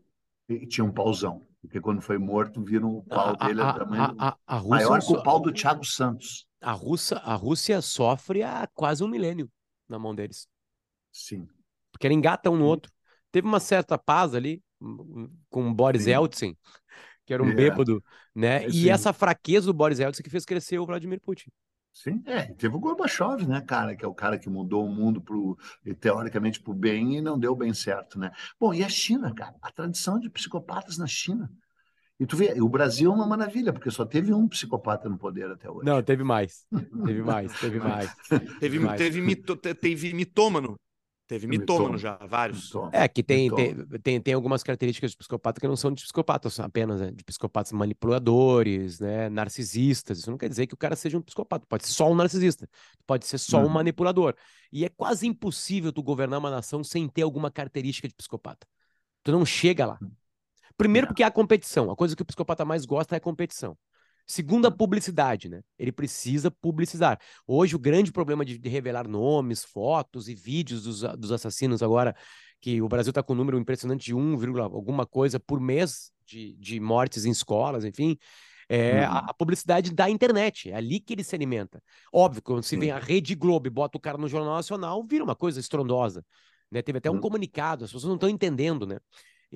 e tinha um pauzão, porque quando foi morto, viram o pau dele A, tamanho a Rússia, maior que o pau do Thiago Santos. a Rússia sofre há quase um milênio na mão deles. Sim. Porque ele engata um no outro. Teve uma certa paz ali com o Boris Sim. Yeltsin, que era um bêbado, né? E Sim. essa fraqueza do Boris Yeltsin que fez crescer o Vladimir Putin. Sim, teve o Gorbachev, né, cara, que é o cara que mudou o mundo teoricamente para o bem e não deu bem certo, né? Bom, e a China, cara, a tradição de psicopatas na China. E tu vê, o Brasil é uma maravilha, porque só teve um psicopata no poder até Não, hoje. teve mais. Teve mais, teve mais. Teve mais. Teve mitômano. Teve mitômano já, vários. É, que tem algumas características de psicopata que não são de psicopatas apenas, né? De psicopatas manipuladores, né? Narcisistas. Isso não quer dizer que o cara seja um psicopata. Pode ser só um narcisista. Pode ser só um manipulador. E é quase impossível tu governar uma nação sem ter alguma característica de psicopata. Tu não chega lá. Primeiro porque há competição. A coisa que o psicopata mais gosta é a competição. Segundo, a publicidade, né? Ele precisa publicizar. Hoje, o grande problema de revelar nomes, fotos e vídeos dos assassinos agora, que o Brasil está com um número impressionante de 1, alguma coisa por mês de mortes em escolas, enfim, é a publicidade da internet. É ali que ele se alimenta. Óbvio, quando se vem a Rede Globo e bota o cara no Jornal Nacional, vira uma coisa estrondosa. Né? Teve até um comunicado, as pessoas não estão entendendo, né?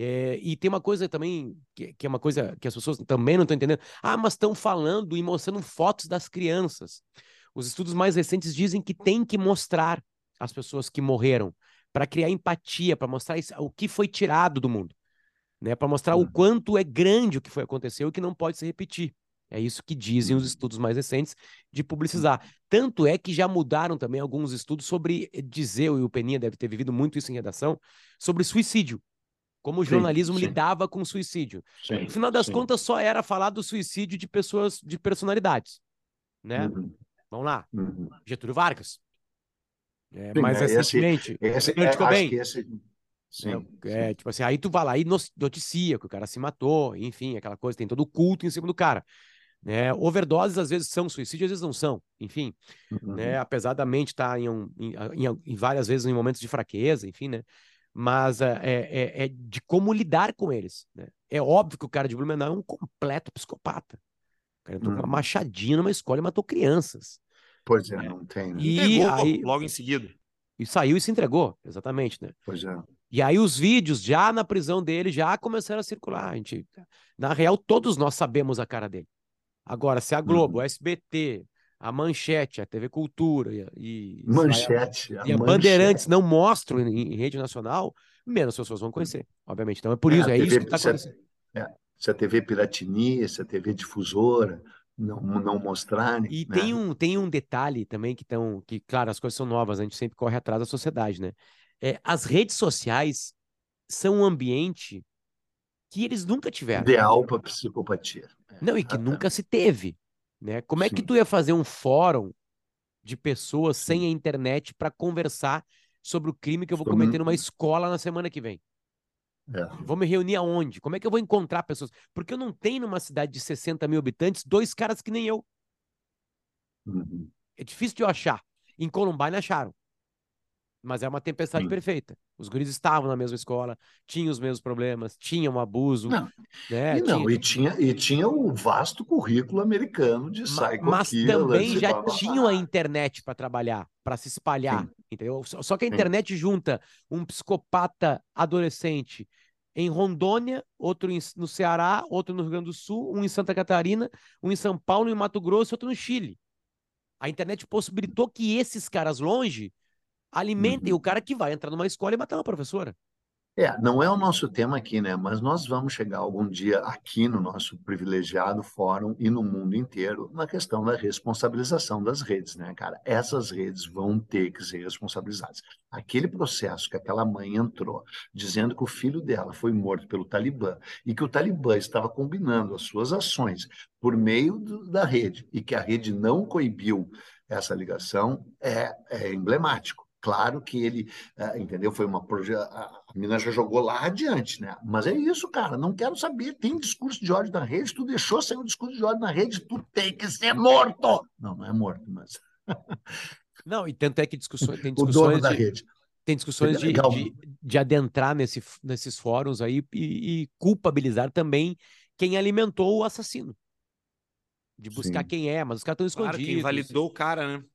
E tem uma coisa também, que é uma coisa que as pessoas também não estão entendendo. Mas estão falando e mostrando fotos das crianças. Os estudos mais recentes dizem que tem que mostrar as pessoas que morreram para criar empatia, para mostrar o que foi tirado do mundo, né? Para mostrar o quanto é grande o que aconteceu e que não pode se repetir. É isso que dizem os estudos mais recentes de publicizar. Tanto é que já mudaram também alguns estudos sobre dizer, e o Peninha deve ter vivido muito isso em redação, sobre suicídio. Como o jornalismo lidava com o suicídio. No final das contas, só era falar do suicídio de pessoas, de personalidades. Né? Vamos lá. Getúlio Vargas. Mais recentemente. Kurt Cobain. Tipo assim, aí tu vai lá e noticia que o cara se matou, enfim, aquela coisa, tem todo o culto em cima do cara. Né? Overdoses às vezes são suicídio, às vezes não são, enfim. Né? Apesar da mente estar em várias vezes em momentos de fraqueza, enfim, né? Mas é de como lidar com eles. Né? É óbvio que o cara de Blumenau é um completo psicopata. O cara entrou com uma machadinha numa escola e matou crianças. Pois é, não tem. Né? E aí, logo em seguida. E saiu e se entregou, exatamente, né? Pois é. E aí os vídeos já na prisão dele já começaram a circular. Na real, todos nós sabemos a cara dele. Agora, se a Globo, o SBT, a Manchete, a TV Cultura Manchete, a e a Bandeirantes manchete. não mostram em rede nacional, menos pessoas vão conhecer, obviamente. Então é por É, isso, a é isso que TV, está acontecendo. se a TV Piratini, se a TV Difusora não mostrarem, E né? tem um detalhe também que, claro, as coisas são novas, a gente sempre corre atrás da sociedade, né? As redes sociais são um ambiente que eles nunca tiveram. Ideal para psicopatia. Não, e que nunca se Exatamente. teve, né? Como é que Sim, tu ia fazer um fórum de pessoas sem sim. a internet para conversar sobre o crime que eu vou Sobre- cometer numa escola na semana que vem? é. Vou me reunir aonde? Como é que eu vou encontrar pessoas? Porque eu não tenho numa cidade de 60 mil habitantes dois caras que nem eu. Uhum. É difícil de eu achar. Em Columbine acharam, mas é uma tempestade Sim. perfeita. Os guris estavam na mesma escola, tinham os mesmos problemas, tinham abuso, Não, né? e Tinha, não, e tinha o vasto currículo americano de psycho mas killers também e já blá blá tinham a blá. internet para trabalhar, para se espalhar, Sim, entendeu? Só que a sim. internet junta um psicopata adolescente em Rondônia, outro no Ceará, outro no Rio Grande do Sul, um em Santa Catarina, um em São Paulo, em Mato Grosso e outro no Chile. A internet possibilitou que esses caras longe alimentem o Uhum. cara que vai entrar numa escola e matar uma professora. Não é o nosso tema aqui, né? Mas nós vamos chegar algum dia aqui no nosso privilegiado fórum e no mundo inteiro na questão da responsabilização das redes, né, cara? Essas redes vão ter que ser responsabilizadas. Aquele processo que aquela mãe entrou dizendo que o filho dela foi morto pelo Talibã e que o Talibã estava combinando as suas ações por meio da rede e que a rede não coibiu essa ligação é emblemático. Claro que ele entendeu? Foi a mina já jogou lá adiante, né? Mas é isso, cara. Não quero saber. Tem discurso de ódio na rede. Tu deixou sair um discurso de ódio na rede. Tu tem que ser morto. Não, não é morto, mas Não, e tanto é que o dono da rede. tem Seria discussões legal. de adentrar nesses fóruns aí e culpabilizar também quem alimentou o assassino, de buscar Sim. quem é, mas os caras estão Claro, quem escondidos. validou o cara, né?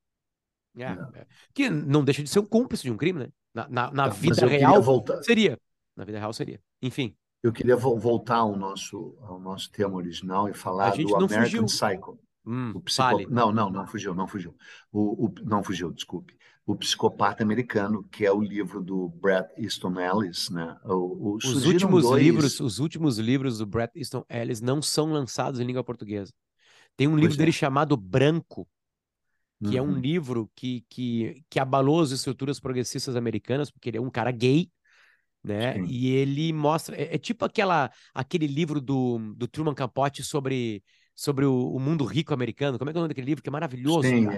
É. Que não deixa de ser um cúmplice de um crime, né? Na Tá, mas vida eu queria real, voltar. seria. Na vida real, seria. Enfim, Eu queria voltar ao nosso tema original e a falar do gente não American fugiu. Psycho. O Fale. psicopata. Não, não, não fugiu, não fugiu. Não fugiu, desculpe. O Psicopata Americano, que é o livro do Bret Easton Ellis, né? Surgiram dois. Os últimos livros do Bret Easton Ellis não são lançados em língua portuguesa. Tem um livro Pois dele é. chamado Branco, que é um Uhum. livro que abalou as estruturas progressistas americanas, porque ele é um cara gay, né? Sim, E ele mostra. É tipo aquele livro do Truman Capote sobre o mundo rico americano. Como é que é o nome daquele livro? Que é maravilhoso, sim, cara.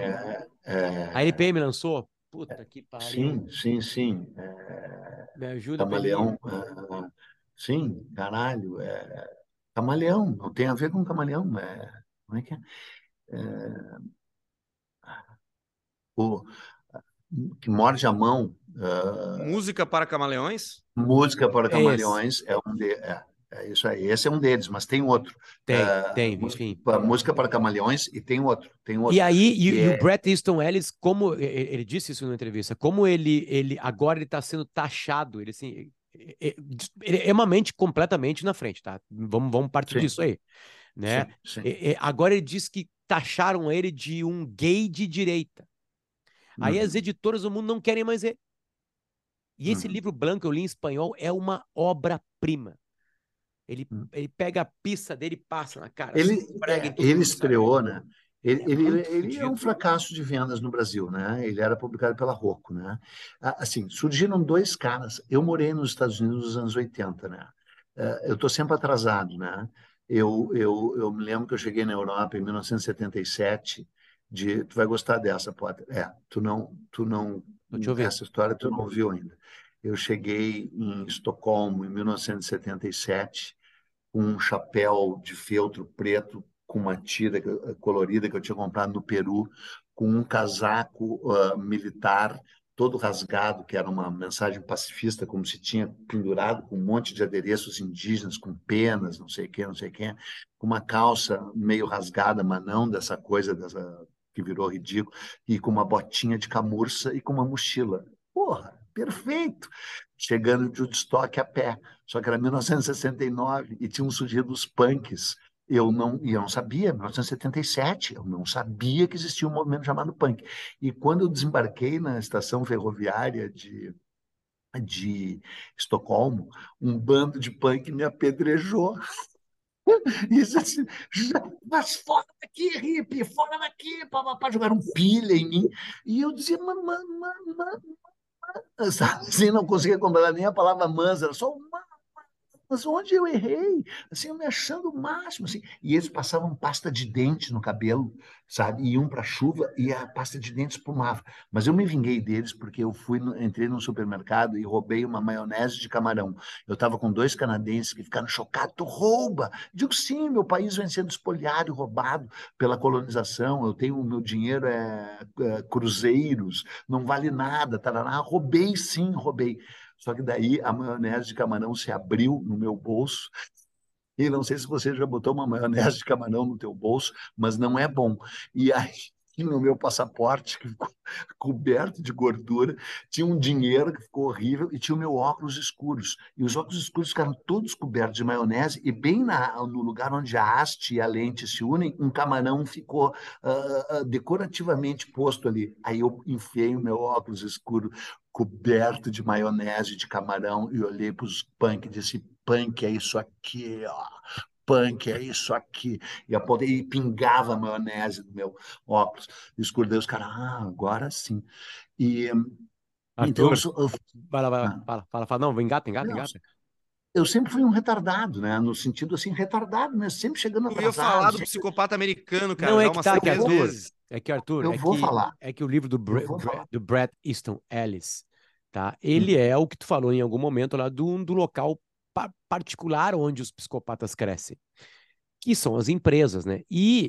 A LPM lançou. Puta que pariu. sim, sim, sim. Me ajuda, Peninha. Camaleão, sim, caralho, camaleão, não tem a ver com camaleão, como é que é? O que morde a mão, Música para camaleões? música para É esse. camaleões é isso aí, esse é um deles, mas tem outro, Tem, música, enfim. música para camaleões e tem E outro, aí, que o é, Bret Easton Ellis, como ele disse isso numa entrevista, como ele agora ele está sendo taxado, ele assim, ele é uma mente completamente na frente, tá? Vamos partir sim, disso aí, né? sim, sim. Agora ele diz que taxaram ele de um gay de direita. Aí as Uhum, editoras do mundo não querem mais ele. E esse uhum, livro branco eu li em espanhol é uma obra-prima. Ele pega a pista dele e passa na cara, assim, Ele, esfrega em todo ele mundo, sabe? estreou, né? Ele, É ele, muito ele é um fodido. fracasso de vendas no Brasil, né? Ele era publicado pela Rocco, né? Assim, surgiram dois caras. Eu morei nos Estados Unidos nos anos 80, né? Eu estou sempre atrasado, né? Eu me lembro que eu cheguei na Europa em 1977. Tu vai gostar dessa, Potter. Tu não, Tô te ouvindo. essa história tu não ouviu ainda. Eu cheguei em Estocolmo em 1977 com um chapéu de feltro preto com uma tira colorida que eu tinha comprado no Peru, com um casaco militar todo rasgado, que era uma mensagem pacifista, como se tinha pendurado com um monte de adereços indígenas, com penas, não sei o quê, não sei o quê, com uma calça meio rasgada, mas não dessa coisa que virou ridículo, e com uma botinha de camurça e com uma mochila. Porra, perfeito! Chegando de Woodstock a pé. Só que era 1969 e tinham surgido os punks eu não sabia, 1977, eu não sabia que existia um movimento chamado punk. E quando eu desembarquei na estação ferroviária de Estocolmo, um bando de punk me apedrejou. E disse assim, mas fora daqui, hippie, fora daqui, papapá, jogaram pilha em mim. E eu dizia, sabe, assim, não conseguia comprar nem a palavra mansa, era só uma. Mas onde eu errei? Assim, eu me achando o máximo, assim. E eles passavam pasta de dente no cabelo, sabe? Iam para a chuva e a pasta de dente espumava. Mas eu me vinguei deles porque eu entrei no supermercado e roubei uma maionese de camarão. Eu estava com dois canadenses que ficaram chocados. Tu rouba? Digo, sim, meu país vem sendo espoliado e roubado pela colonização. Eu tenho, o meu dinheiro é cruzeiros, não vale nada, tarará. Roubei, sim, roubei. Só que daí a maionese de camarão se abriu no meu bolso. E não sei se você já botou uma maionese de camarão no teu bolso, mas não é bom. E aí, no meu passaporte, que ficou coberto de gordura, tinha um dinheiro que ficou horrível e tinha o meu óculos escuros. E os óculos escuros ficaram todos cobertos de maionese e bem no lugar onde a haste e a lente se unem, um camarão ficou decorativamente posto ali. Aí eu enfiei o meu óculos escuro coberto de maionese de camarão e olhei para os punk e disse, punk é isso aqui, ó. Punk é isso aqui. E pingava maionese no meu óculos. Escuro, daí os caras, agora sim. E então, Arthur, vai lá, ah, fala. Não, engata, engata, não, engata. eu sempre fui um retardado, né? No sentido assim, retardado, né? Sempre chegando Eu ia falar atrasado. do Sempre... psicopata americano, cara, Não é já que umas tá, que Eu três vou, Arthur, vezes. Arthur, eu vou falar, é que o livro eu vou falar. Do Bret Easton Ellis, tá? Ele Hum, é o que tu falou em algum momento lá do local particular onde os psicopatas crescem, que são as empresas, né?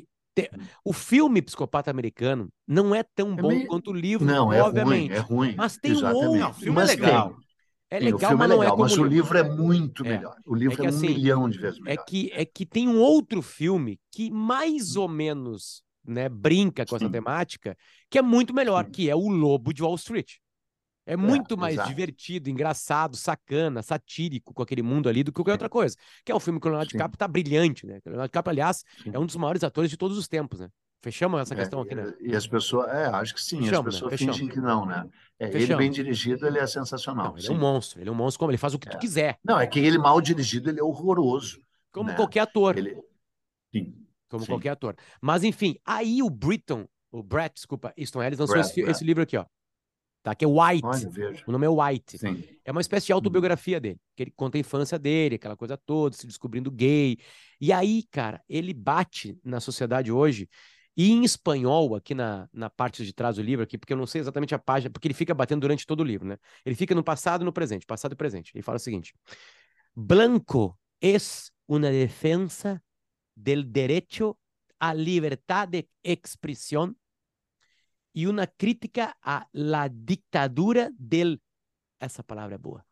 hum. O filme Psicopata Americano não é tão É bom meio... quanto o livro, Não, é obviamente, ruim, mas tem um Não, o exatamente. outro filme é Mas legal. tem. é Sim, o legal, filme é mas não é legal, como o mas o livro. livro é muito É. melhor. O É livro é que um assim, milhão de vezes melhor. é que tem um outro filme que mais ou menos, né, brinca com essa Sim, temática, que é muito melhor, sim. que é O Lobo de Wall Street. É muito É, mais exato. divertido, engraçado, sacana, satírico com aquele mundo ali do que qualquer outra Sim, coisa. Que é um filme que o Leonardo sim, DiCaprio tá brilhante, né? O Leonardo DiCaprio, aliás, é um sim. dos maiores atores de todos os tempos, né? Fechamos essa É, questão aqui, né? e as pessoas, acho que sim, as Fechamos, né? pessoas Fechamos. fingem que não, né? É, ele bem Fechamos. dirigido, ele é Não, sensacional, ele é um sim. monstro. Ele é um monstro como ele faz o que tu É. quiser, Não, é que ele mal dirigido, ele é horroroso, como né? qualquer ator. Ele, sim, Como sim. qualquer ator. Mas enfim, aí o Brett, desculpa, Easton Ellis lançou Brad, esse livro aqui, ó, tá? Que é White. olha, veja. O nome é White. Sim. É uma espécie de Uhum. autobiografia dele, que ele conta a infância dele, aquela coisa toda, se descobrindo gay. E aí, cara, ele bate na sociedade hoje, e em espanhol, aqui na parte de trás do livro, aqui, porque eu não sei exatamente a página, porque ele fica batendo durante todo o livro, né? Ele fica no passado e no presente, passado e presente. Ele fala o seguinte: Blanco es una defensa del derecho a libertad de expresión y una crítica a la dictadura del, essa palavra é boa,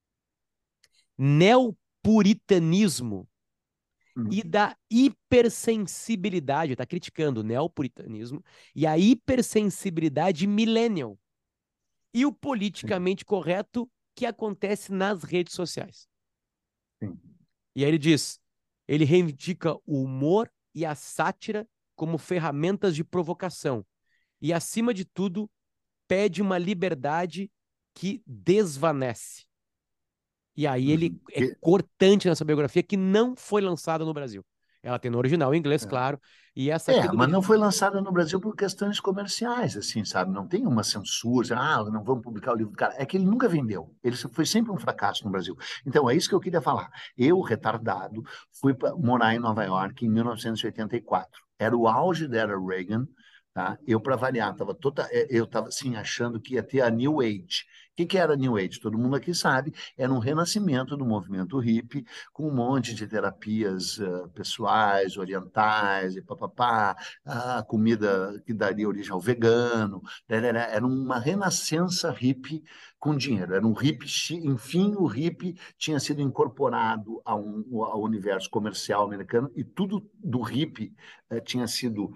neopuritanismo e Uhum. da hipersensibilidade, está criticando o neopuritanismo e a hipersensibilidade millennial e o Sim, politicamente correto que acontece nas redes sociais. sim. E aí ele diz, ele reivindica o humor e a sátira como ferramentas de provocação e, acima de tudo, pede uma liberdade que desvanece. E aí ele Uhum. é cortante nessa biografia que não foi lançada no Brasil. Ela tem no original em inglês, claro, e essa aqui do Mas não foi lançada no Brasil por questões comerciais, assim, sabe? Não tem uma censura, não vamos publicar o livro do cara. É que ele nunca vendeu. Ele foi sempre um fracasso no Brasil. Então, é isso que eu queria falar. Eu, retardado, fui morar em Nova York em 1984. Era o auge da era Reagan, tá? Eu, para variar, eu estava assim, achando que ia ter a New Age. O que era a New Age? Todo mundo aqui sabe, era um renascimento do movimento hippie, com um monte de terapias pessoais, orientais e papapá, a comida que daria origem ao vegano, era uma renascença hippie com dinheiro, era um hippie, enfim, o hippie tinha sido incorporado ao universo comercial americano e tudo do hippie tinha sido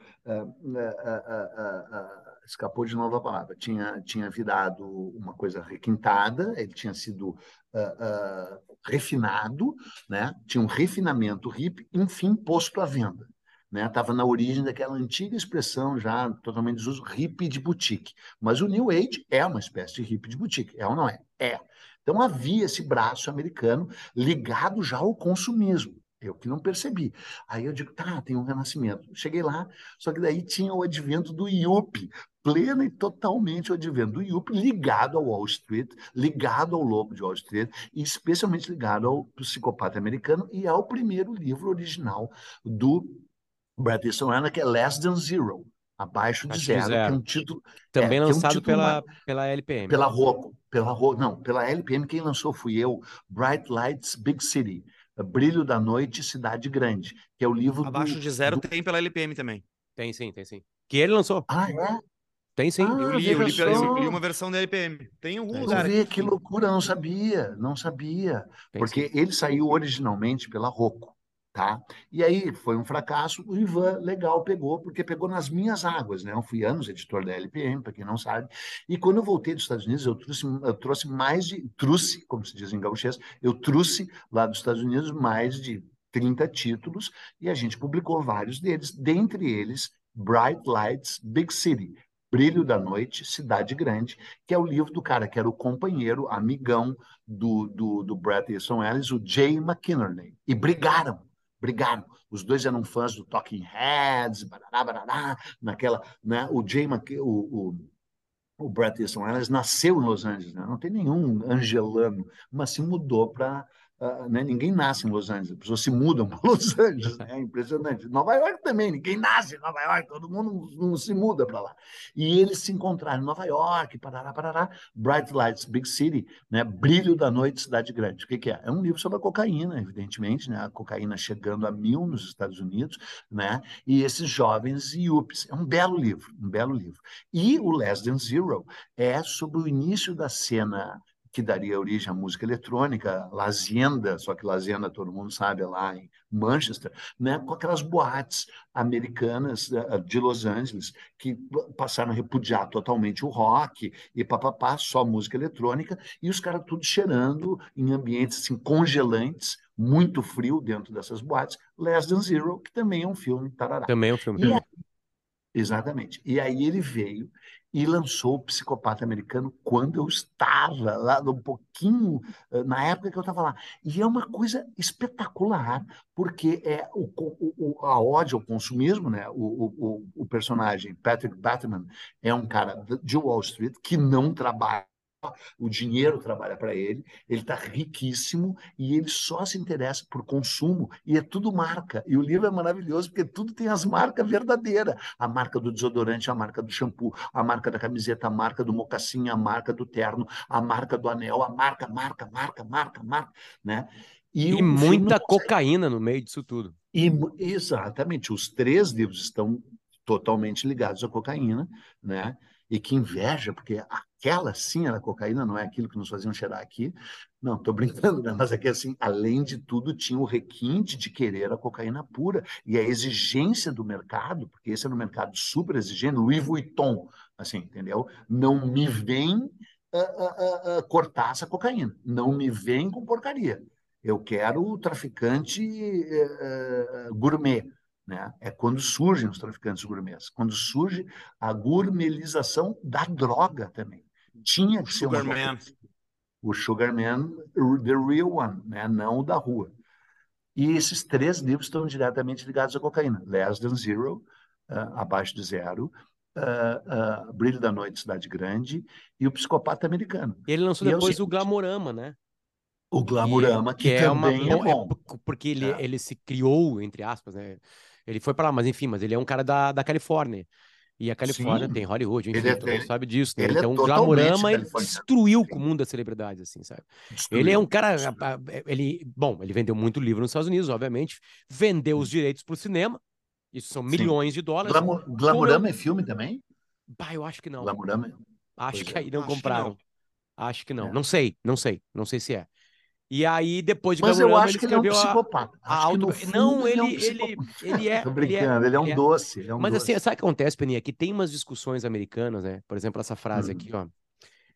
escapou de novo a palavra, tinha virado uma coisa requintada, ele tinha sido refinado, né? Tinha um refinamento hippie, enfim, posto à venda. Né? Estava na origem daquela antiga expressão já totalmente desuso, hippie de boutique. Mas o New Age é uma espécie de hippie de boutique, é ou não é? É. Então havia esse braço americano ligado já ao consumismo. Eu que não percebi. Aí eu digo, tá, tem um renascimento. Cheguei lá, só que daí tinha o advento do Yuppie, plena e totalmente o advento do Yuppie, ligado ao Wall Street, ligado ao Lobo de Wall Street, e especialmente ligado ao Psicopata Americano e ao primeiro livro original do Bret Easton Ellis, que é Less Than Zero, Abaixo de Acho de Zero, que é zero. um título, Também que é um lançado título pela LPM. pela LPM, quem lançou fui eu, Bright Lights, Big City, Brilho da Noite, Cidade Grande, que é o livro Abaixo de Zero tem pela LPM também. Tem sim, tem sim. Que ele lançou. Ah, é? Tem sim. Eu Ah, li, eu veja li, eu li só. uma versão da LPM. Tem em algum Tem Tu sim. lugar aqui, vê que enfim. loucura, não sabia, não sabia. Tem sim. Porque ele saiu originalmente pela Rocco, tá? E aí foi um fracasso, o Ivan, legal, pegou, porque pegou nas minhas águas, né? Eu fui anos editor da LPM, para quem não sabe. E quando eu voltei dos Estados Unidos, trouxe, como se diz em gauchês, eu trouxe lá dos Estados Unidos mais de 30 títulos e a gente publicou vários deles, dentre eles Bright Lights, Big City, Brilho da Noite, Cidade Grande, que é o livro do cara que era o companheiro, amigão do Bret Easton Ellis, o Jay McInerney. E brigaram. Os dois eram fãs do Talking Heads, barará, barará, naquela, né? O Bret Easton Ellis nasceu em Los Angeles, né? Não tem nenhum angelano, mas se mudou para... né? Ninguém nasce em Los Angeles, as pessoas se mudam para Los Angeles, né? É impressionante. Nova York também, ninguém nasce em Nova York, todo mundo não se muda para lá. E eles se encontraram em Nova York, parará, Bright Lights, Big City, né? Brilho da Noite, Cidade Grande. O que é? É um livro sobre a cocaína, evidentemente, né? A cocaína chegando a 1000 nos Estados Unidos, né? E esses jovens yuppies. É um belo livro, um belo livro. E o Less Than Zero é sobre o início da cena que daria origem à música eletrônica, La Hacienda, só que La Hacienda todo mundo sabe, é lá em Manchester, né, com aquelas boates americanas de Los Angeles que passaram a repudiar totalmente o rock e papapá, só música eletrônica, e os caras tudo cheirando em ambientes assim, congelantes, muito frio dentro dessas boates, Less Than Zero, que também é um filme, tarará. Também é um filme. E Exatamente. E aí ele veio e lançou o Psicopata Americano quando eu estava lá, um pouquinho, na época que eu estava lá. E é uma coisa espetacular, porque é a ode ao consumismo, né? O personagem Patrick Bateman é um cara de Wall Street que não trabalha. O dinheiro trabalha para ele está riquíssimo e ele só se interessa por consumo e é tudo marca. E o livro é maravilhoso porque tudo tem as marcas verdadeiras. A marca do desodorante, a marca do shampoo, a marca da camiseta, a marca do mocassim, a marca do terno, a marca do anel, a marca, né? E E o filme não muita consegue. cocaína no meio disso tudo. Exatamente, os três livros estão totalmente ligados à cocaína, né? E que inveja, porque aquela sim era cocaína, não é aquilo que nos faziam cheirar aqui. Não, estou brincando, né? Mas é que assim, além de tudo, tinha o requinte de querer a cocaína pura e a exigência do mercado, porque esse era um mercado super exigente, Louis Vuitton, assim, entendeu? Não me vem cortar essa cocaína, não me vem com porcaria. Eu quero o traficante gourmet, né? É quando surgem os traficantes gourmets, quando surge a gourmetização da droga também. Tinha que ser uma Sugar cocaína. Man. O Sugarman, the real one, né? Não o da rua. E esses três livros estão diretamente ligados à cocaína. Less Than Zero, Abaixo de Zero, Brilho da Noite, Cidade Grande e O Psicopata Americano. E ele lançou E é o depois o seguinte, Glamourama, né? o Glamurama, Que que é uma também é bom. bom. Porque ele, Né? ele se criou, entre aspas, né? Ele foi para lá, mas enfim, mas ele é um cara da Califórnia. E a Califórnia tem Sim, Hollywood, ele enfim, é, todo mundo sabe disso, né? ele é Então, o totalmente Glamorama, ele californiano. destruiu com o Sim, mundo das celebridades, assim, sabe? Ele é um destruiu. cara, Destruiu. ele vendeu muito livro nos Estados Unidos, obviamente, vendeu os direitos para o cinema, isso são Sim. milhões de dólares. Como eu, Glamurama é filme também? bah, eu acho que não. Glamurama, Acho pois que é. aí não Acho que não. compraram. Acho que não. É. Não sei se é. E aí, depois de Mas eu Glamorama, ele acho que ele é um escreveu psicopata. a Acho que auto... no Não, fundo ele é um psicopata. Tô ele é, brincando, ele é ele um é. doce, ele é um Mas assim, doce. sabe o que acontece, Peninha? Que tem umas discussões americanas, né? Por exemplo, essa frase aqui, Hum, ó.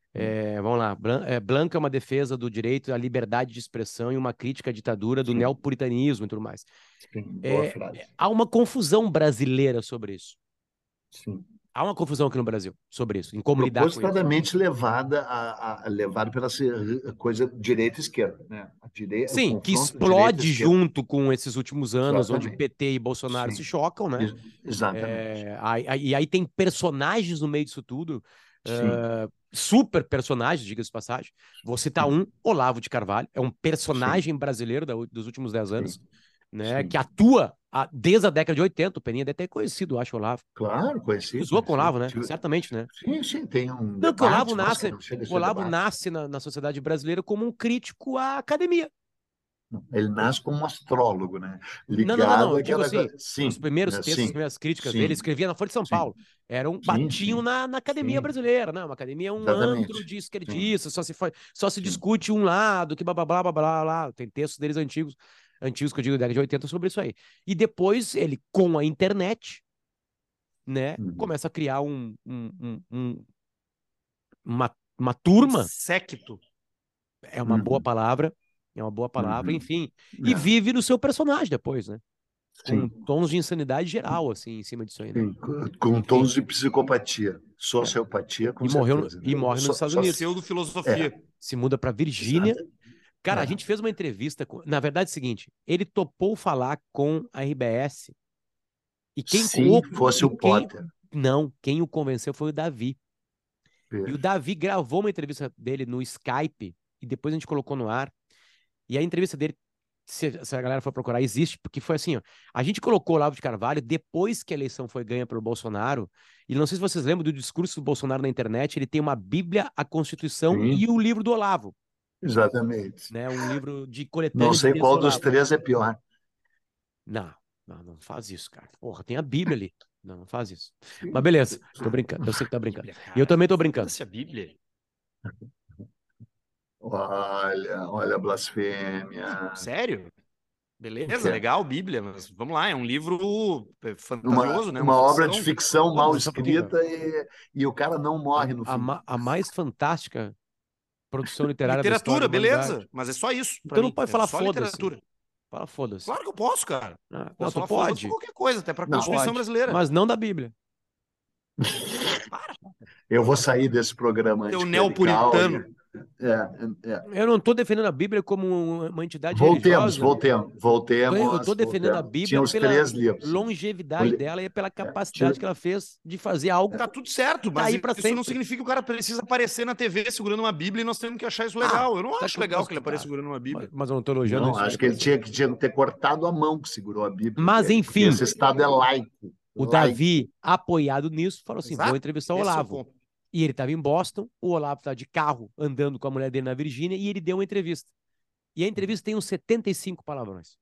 Vamos lá. Blanca é uma defesa do direito à liberdade de expressão e uma crítica à ditadura do Sim. neopuritanismo e tudo mais. Sim, boa frase. Há uma confusão brasileira sobre isso. Sim. Há uma confusão aqui no Brasil sobre isso, em como lidar com isso. Propositadamente levada pela coisa direita e esquerda, né? Sim, que confronto explode direita-esquerda. junto com esses últimos anos, onde Exatamente. PT e Bolsonaro Sim. se chocam, né? Exatamente. E aí tem personagens no meio disso tudo, Sim. super personagens, diga-se de passagem. Vou citar Sim. Olavo de Carvalho, é um personagem Sim. brasileiro dos últimos 10 anos, Sim. né? Sim. Que atua desde a década de 80. O Peninha deve ter conhecido, acho, o Olavo. Claro, conheci. Usou com o Olavo, né? Certamente, né? Sim, tem um Não, que o Olavo debate, mas que nasce, não chega a o ser Olavo debate. nasce na sociedade brasileira como um crítico à academia. Ele nasce como um astrólogo, né? Não. Ligado Eu digo àquela assim, coisa. Sim, os primeiros né? textos, as Sim, primeiras críticas dele, ele sim, escrevia na Folha de São sim, Paulo. Batiam sim, na academia sim, brasileira, né? Uma academia é um antro exatamente. de Sim, esquerdistas, só se sim. discute um lado, que blá blá blá blá blá blá. Tem textos deles antigos que eu digo da década de 80 sobre isso aí. E depois ele, com a internet, né, começa a criar uma turma. Séquito. É uma boa palavra, enfim. E É, vive no seu personagem depois, né? Com sim, tons de insanidade geral, assim, em cima disso aí, né? sim. Com Enfim. tons de psicopatia, sociopatia, com certeza. E morre nos Estados Unidos. Pseudo-filosofia. Se muda para Virgínia. Exato. Cara, a gente fez uma entrevista na verdade é o seguinte, ele topou falar com a RBS e Se fosse o Potter. Não, quem o convenceu foi o Davi. E o Perfeito. Davi gravou uma entrevista dele no Skype e depois a gente colocou no ar. E a entrevista dele, se a galera for procurar, existe, porque foi assim, ó, a gente colocou o Olavo de Carvalho depois que a eleição foi ganha pelo Bolsonaro, e não sei se vocês lembram do discurso do Bolsonaro na internet, ele tem uma Bíblia, a Constituição Sim, e o livro do Olavo, exatamente. né? Um livro de Não coletânea de sei textos qual do dos Olavo. três é pior. Não faz isso, cara. Porra, tem a Bíblia ali. Não faz isso. Mas beleza, tô brincando. Eu sei que tá brincando. E eu também tô brincando. Foda-se a Bíblia. Olha a blasfêmia. Sério? Beleza, Que é legal, Bíblia, mas vamos lá, é um livro fantasioso, né? Uma uma obra de ficção. ficção mal Óbvio, só um pouquinho. escrita e o cara não morre no fim. A mais fantástica produção literária da história Literatura, da humanidade. beleza, mas é só isso pra Então não mim. pode É falar só foda-se. literatura. Fala foda-se. Claro que eu posso, cara. Não, Posso tu falar foda-se pode. por qualquer coisa, até pra Não, Constituição Pode. brasileira. Mas não da Bíblia. Eu vou sair desse programa Teu anticlerical. neopuritano. É. Eu não estou defendendo a Bíblia como uma entidade religiosa. Eu estou defendendo a Bíblia Tinha os pela 3 livros. longevidade dela e pela Tinha, capacidade que ela fez de fazer algo Tá tudo certo, tá mas aí pra isso não sempre. significa que o cara precisa aparecer na TV segurando uma Bíblia e nós temos que achar isso legal. Eu não acho legal que ele apareça segurando uma Bíblia. Mas eu não estou elogiando não, isso. acho que ele tinha que ter cortado a mão que segurou a Bíblia. Mas, porque enfim, esse Estado é laico. o Davi, apoiado nisso, falou assim: Exato. vou entrevistar o Esse é o Olavo. ponto. E ele estava em Boston, o Olavo estava de carro andando com a mulher dele na Virgínia e ele deu uma entrevista. E a entrevista tem uns 75 palavrões.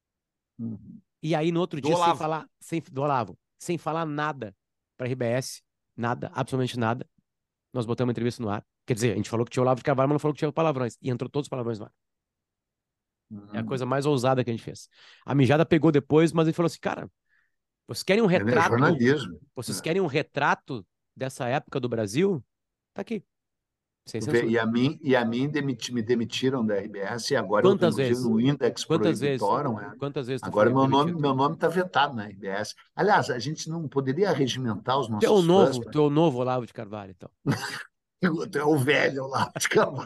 E aí, no outro Do dia, Olavo. do Olavo, sem falar nada para a RBS, nada, absolutamente nada, nós botamos a entrevista no ar. Quer dizer, a gente falou que tinha o Olavo de Carvalho, mas não falou que tinha palavrões. E entrou todos os palavrões no ar. É a coisa mais ousada que a gente fez. A mijada pegou depois, mas ele falou assim, cara, vocês querem um retrato? Jornalismo. Vocês querem um retrato dessa época do Brasil? Tá aqui. Sem censura. E a mim me demitiram da RBS e agora Quantas eu, inclusive, vezes? no Index Quantas Prohibitorum. Quantas vezes tu Agora foi demitido? meu nome está vetado na RBS. Aliás, a gente não poderia regimentar os Tu é nossos fãs. tu é o novo Olavo de Carvalho, então. Tu é o velho lá de Carvalho.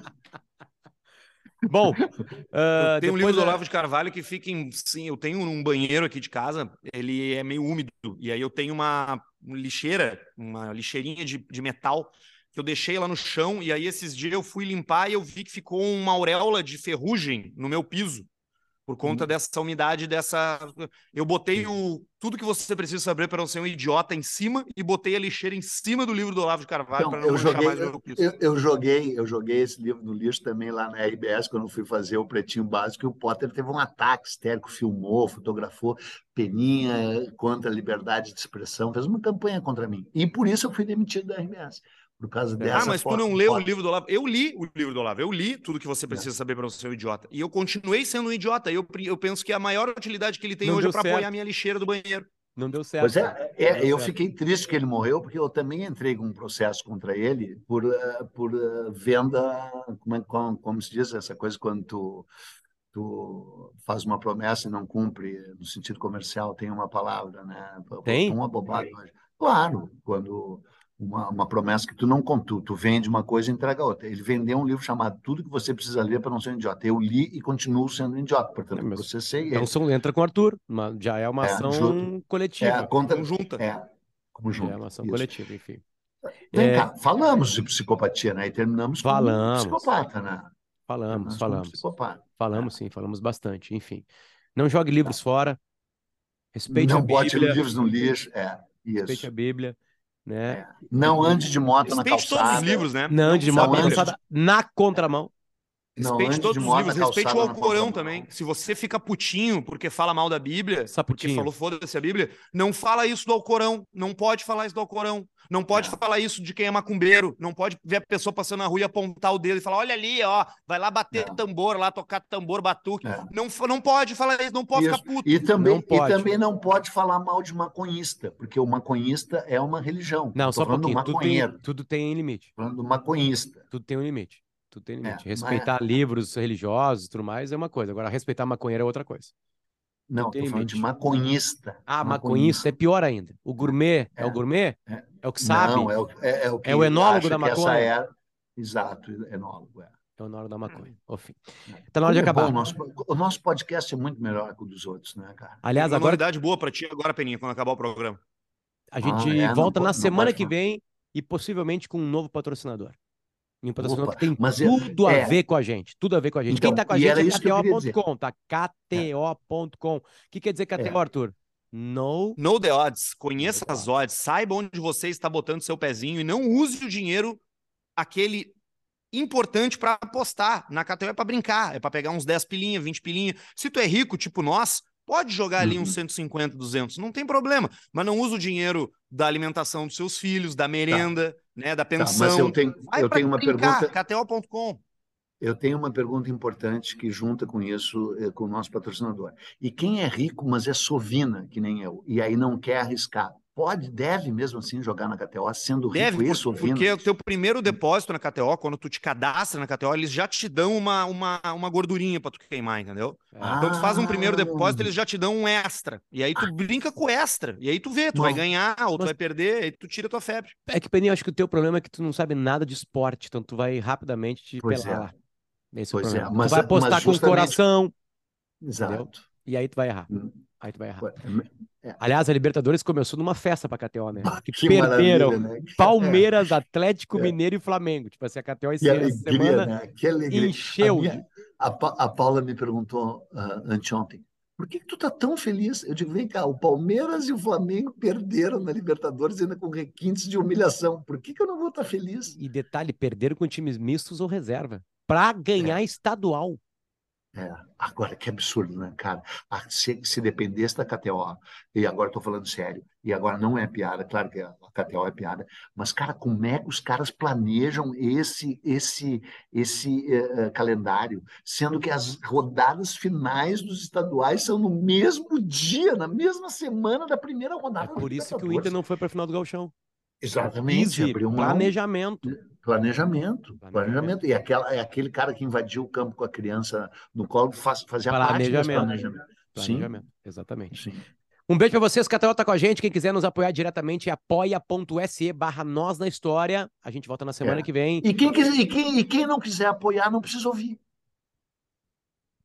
Bom, tem um livro do Olavo de Carvalho que fica em... Sim, eu tenho um banheiro aqui de casa, ele é meio úmido, e aí eu tenho uma lixeirinha de metal que eu deixei lá no chão, e aí esses dias eu fui limpar e eu vi que ficou uma auréola de ferrugem no meu piso, por conta dessa umidade, Eu botei tudo que você precisa saber para não ser um idiota em cima e botei a lixeira em cima do livro do Olavo de Carvalho para não manchar mais o meu piso. Eu joguei esse livro no lixo também lá na RBS, quando eu fui fazer o Pretinho Básico, e o Potter teve um ataque histérico, filmou, fotografou, Peninha contra a liberdade de expressão, fez uma campanha contra mim. E por isso eu fui demitido da RBS. Por causa dessa mas tu não leu o livro do Olavo? Eu li o livro do Olavo, eu li tudo que você precisa saber para você ser um idiota. E eu continuei sendo um idiota. E eu penso que a maior utilidade que ele tem hoje é para apoiar a minha lixeira do banheiro. Não deu certo. Pois Não deu eu certo. fiquei triste que ele morreu, porque eu também entrei com um processo contra ele por venda, como se diz essa coisa quando tu faz uma promessa e não cumpre, no sentido comercial, tem uma palavra, né? Estou Tem? uma bobagem hoje. Claro, quando uma promessa que tu não contou, tu vende uma coisa e entrega outra. Ele vendeu um livro chamado Tudo que Você Precisa Ler para Não Ser um Idiota. Eu li e continuo sendo um idiota, É, portanto, eu mas... processei Então ele. entra com o Arthur. Já é uma Junto, ação coletiva. contra, Conjunta. como Já é junto, uma ação isso. coletiva, enfim. Vem É, cá, falamos de psicopatia, né? E terminamos com um falamos, psicopata, né? falamos, Terminamos com um falamos. psicopata. Falamos Né? sim, falamos bastante, enfim. Não jogue livros fora, respeite a Não bote Bíblia, livros no lixo. respeite a Isso. Bíblia, né? Não ande de moto na Respeite todos os calçada. livros, né? Não ande Não de só a moto Não na Bíblia. ande calçada na contramão. Não Respeite ande de todos os moto na livros, respeite o calçada na Alcorão contramão. também. Se você fica putinho porque fala mal da Bíblia, porque Saputinho. falou foda-se a Bíblia, não fala isso do Alcorão. Não pode falar isso do Alcorão. Não pode falar isso de quem é macumbeiro. Não pode ver a pessoa passando na rua e apontar o dedo e falar: olha ali, ó, vai lá bater tambor, lá tocar tambor, batuque. É. Não pode falar isso, não pode ficar Isso. puto. Não E pode. também não pode falar mal de maconhista, porque o maconhista é uma religião. Não, Estou só um falando do pouquinho. maconheiro, Tudo tem limite. falando do maconhista. Tudo tem um limite. Tudo tem limite. Mas, Respeitar livros religiosos e tudo mais é uma coisa. Agora, respeitar maconheiro é outra coisa. Tudo não, tem estou falando de limite. maconhista. Ah, maconhista é Maconhista. pior ainda. O gourmet é o É, gourmet? é. É o que Não, sabe? é o É o que enólogo da acha que essa maconha? é. Exato, enólogo. É o enólogo da maconha. Enfim. É. Tá na hora de Como é bom, acabar. o nosso podcast é muito melhor que o dos outros, né, cara? Aliás, Tenho uma agora novidade boa pra ti agora, Peninha, quando acabar o programa. a gente Não, volta na não semana pode que falar. vem e possivelmente com um novo patrocinador. E um patrocinador Opa, que tem mas tudo a ver com a gente. Tudo a ver com a gente. Quem então, tá com a e gente era é isso que eu queria dizer. KTO.com, tá? É, KTO.com. O que quer dizer KTO, é. Arthur? No. Know the odds, Know conheça the as odds. odds, saiba onde você está botando seu pezinho e não use o dinheiro, aquele importante para apostar. Na KTO é para brincar, é para pegar uns 10 pilinha, 20 pilinha. Se tu é rico, tipo nós, pode jogar ali uns 150, 200, não tem problema. Mas não usa o dinheiro da alimentação dos seus filhos, da Tá, merenda, né, da mas pensão. Vai eu para tenho uma brincar, pergunta. KTO.com. Eu tenho uma pergunta importante que junta com isso, com o nosso patrocinador. E quem é rico, mas é sovina, que nem eu, e aí não quer arriscar, deve mesmo assim jogar na KTO, sendo rico Deve, e sovina? porque o teu primeiro depósito na KTO, quando tu te cadastra na KTO, eles já te dão uma gordurinha para tu queimar, entendeu? Então tu faz um primeiro Ah, depósito, eles já te dão um extra. E aí tu brinca com o extra. E aí tu vê, tu vai mas, ganhar ou tu Mas vai perder, aí tu tira tua febre. é que, Peninho, acho que o teu problema é que tu não sabe nada de esporte, então tu vai rapidamente te pois pelar é, lá. Esse é o problema. Tu mas, vai mas apostar com o justamente, coração, entendeu? exato. E aí tu vai errar. Hum, Aí tu vai errar. é, Aliás, a Libertadores começou numa festa pra KTO, né? Que que perderam maravilha, né? Palmeiras, Atlético É, Mineiro e Flamengo. Tipo assim, a KTO que essa alegria, semana né? Que alegria. encheu A Paula me perguntou anteontem, por que tu tá tão feliz? Eu digo, vem cá, o Palmeiras e o Flamengo perderam na Libertadores ainda com requintes de humilhação. Por que eu não vou estar feliz? e detalhe, perderam com times mistos ou reserva pra ganhar É, estadual. agora que absurdo, né, cara? Se dependesse da KTO, e agora estou falando sério, e agora não é piada, claro que a KTO é piada, mas, cara, como é que os caras planejam esse calendário, sendo que as rodadas finais dos estaduais são no mesmo dia, na mesma semana da primeira É rodada da por isso que o Inter Libertadores? não foi pra final do Gauchão. Exatamente, Easy, abriu mão. planejamento. Planejamento. E aquele cara que invadiu o campo com a criança no colo fazia parte desse Planejamento. planejamento. Sim, Planejamento, exatamente. sim. Um beijo pra vocês, KTO tá com a gente. Quem quiser nos apoiar diretamente é apoia.se/nós na história. A gente volta na semana É. que vem. E quem não quiser apoiar, não precisa ouvir.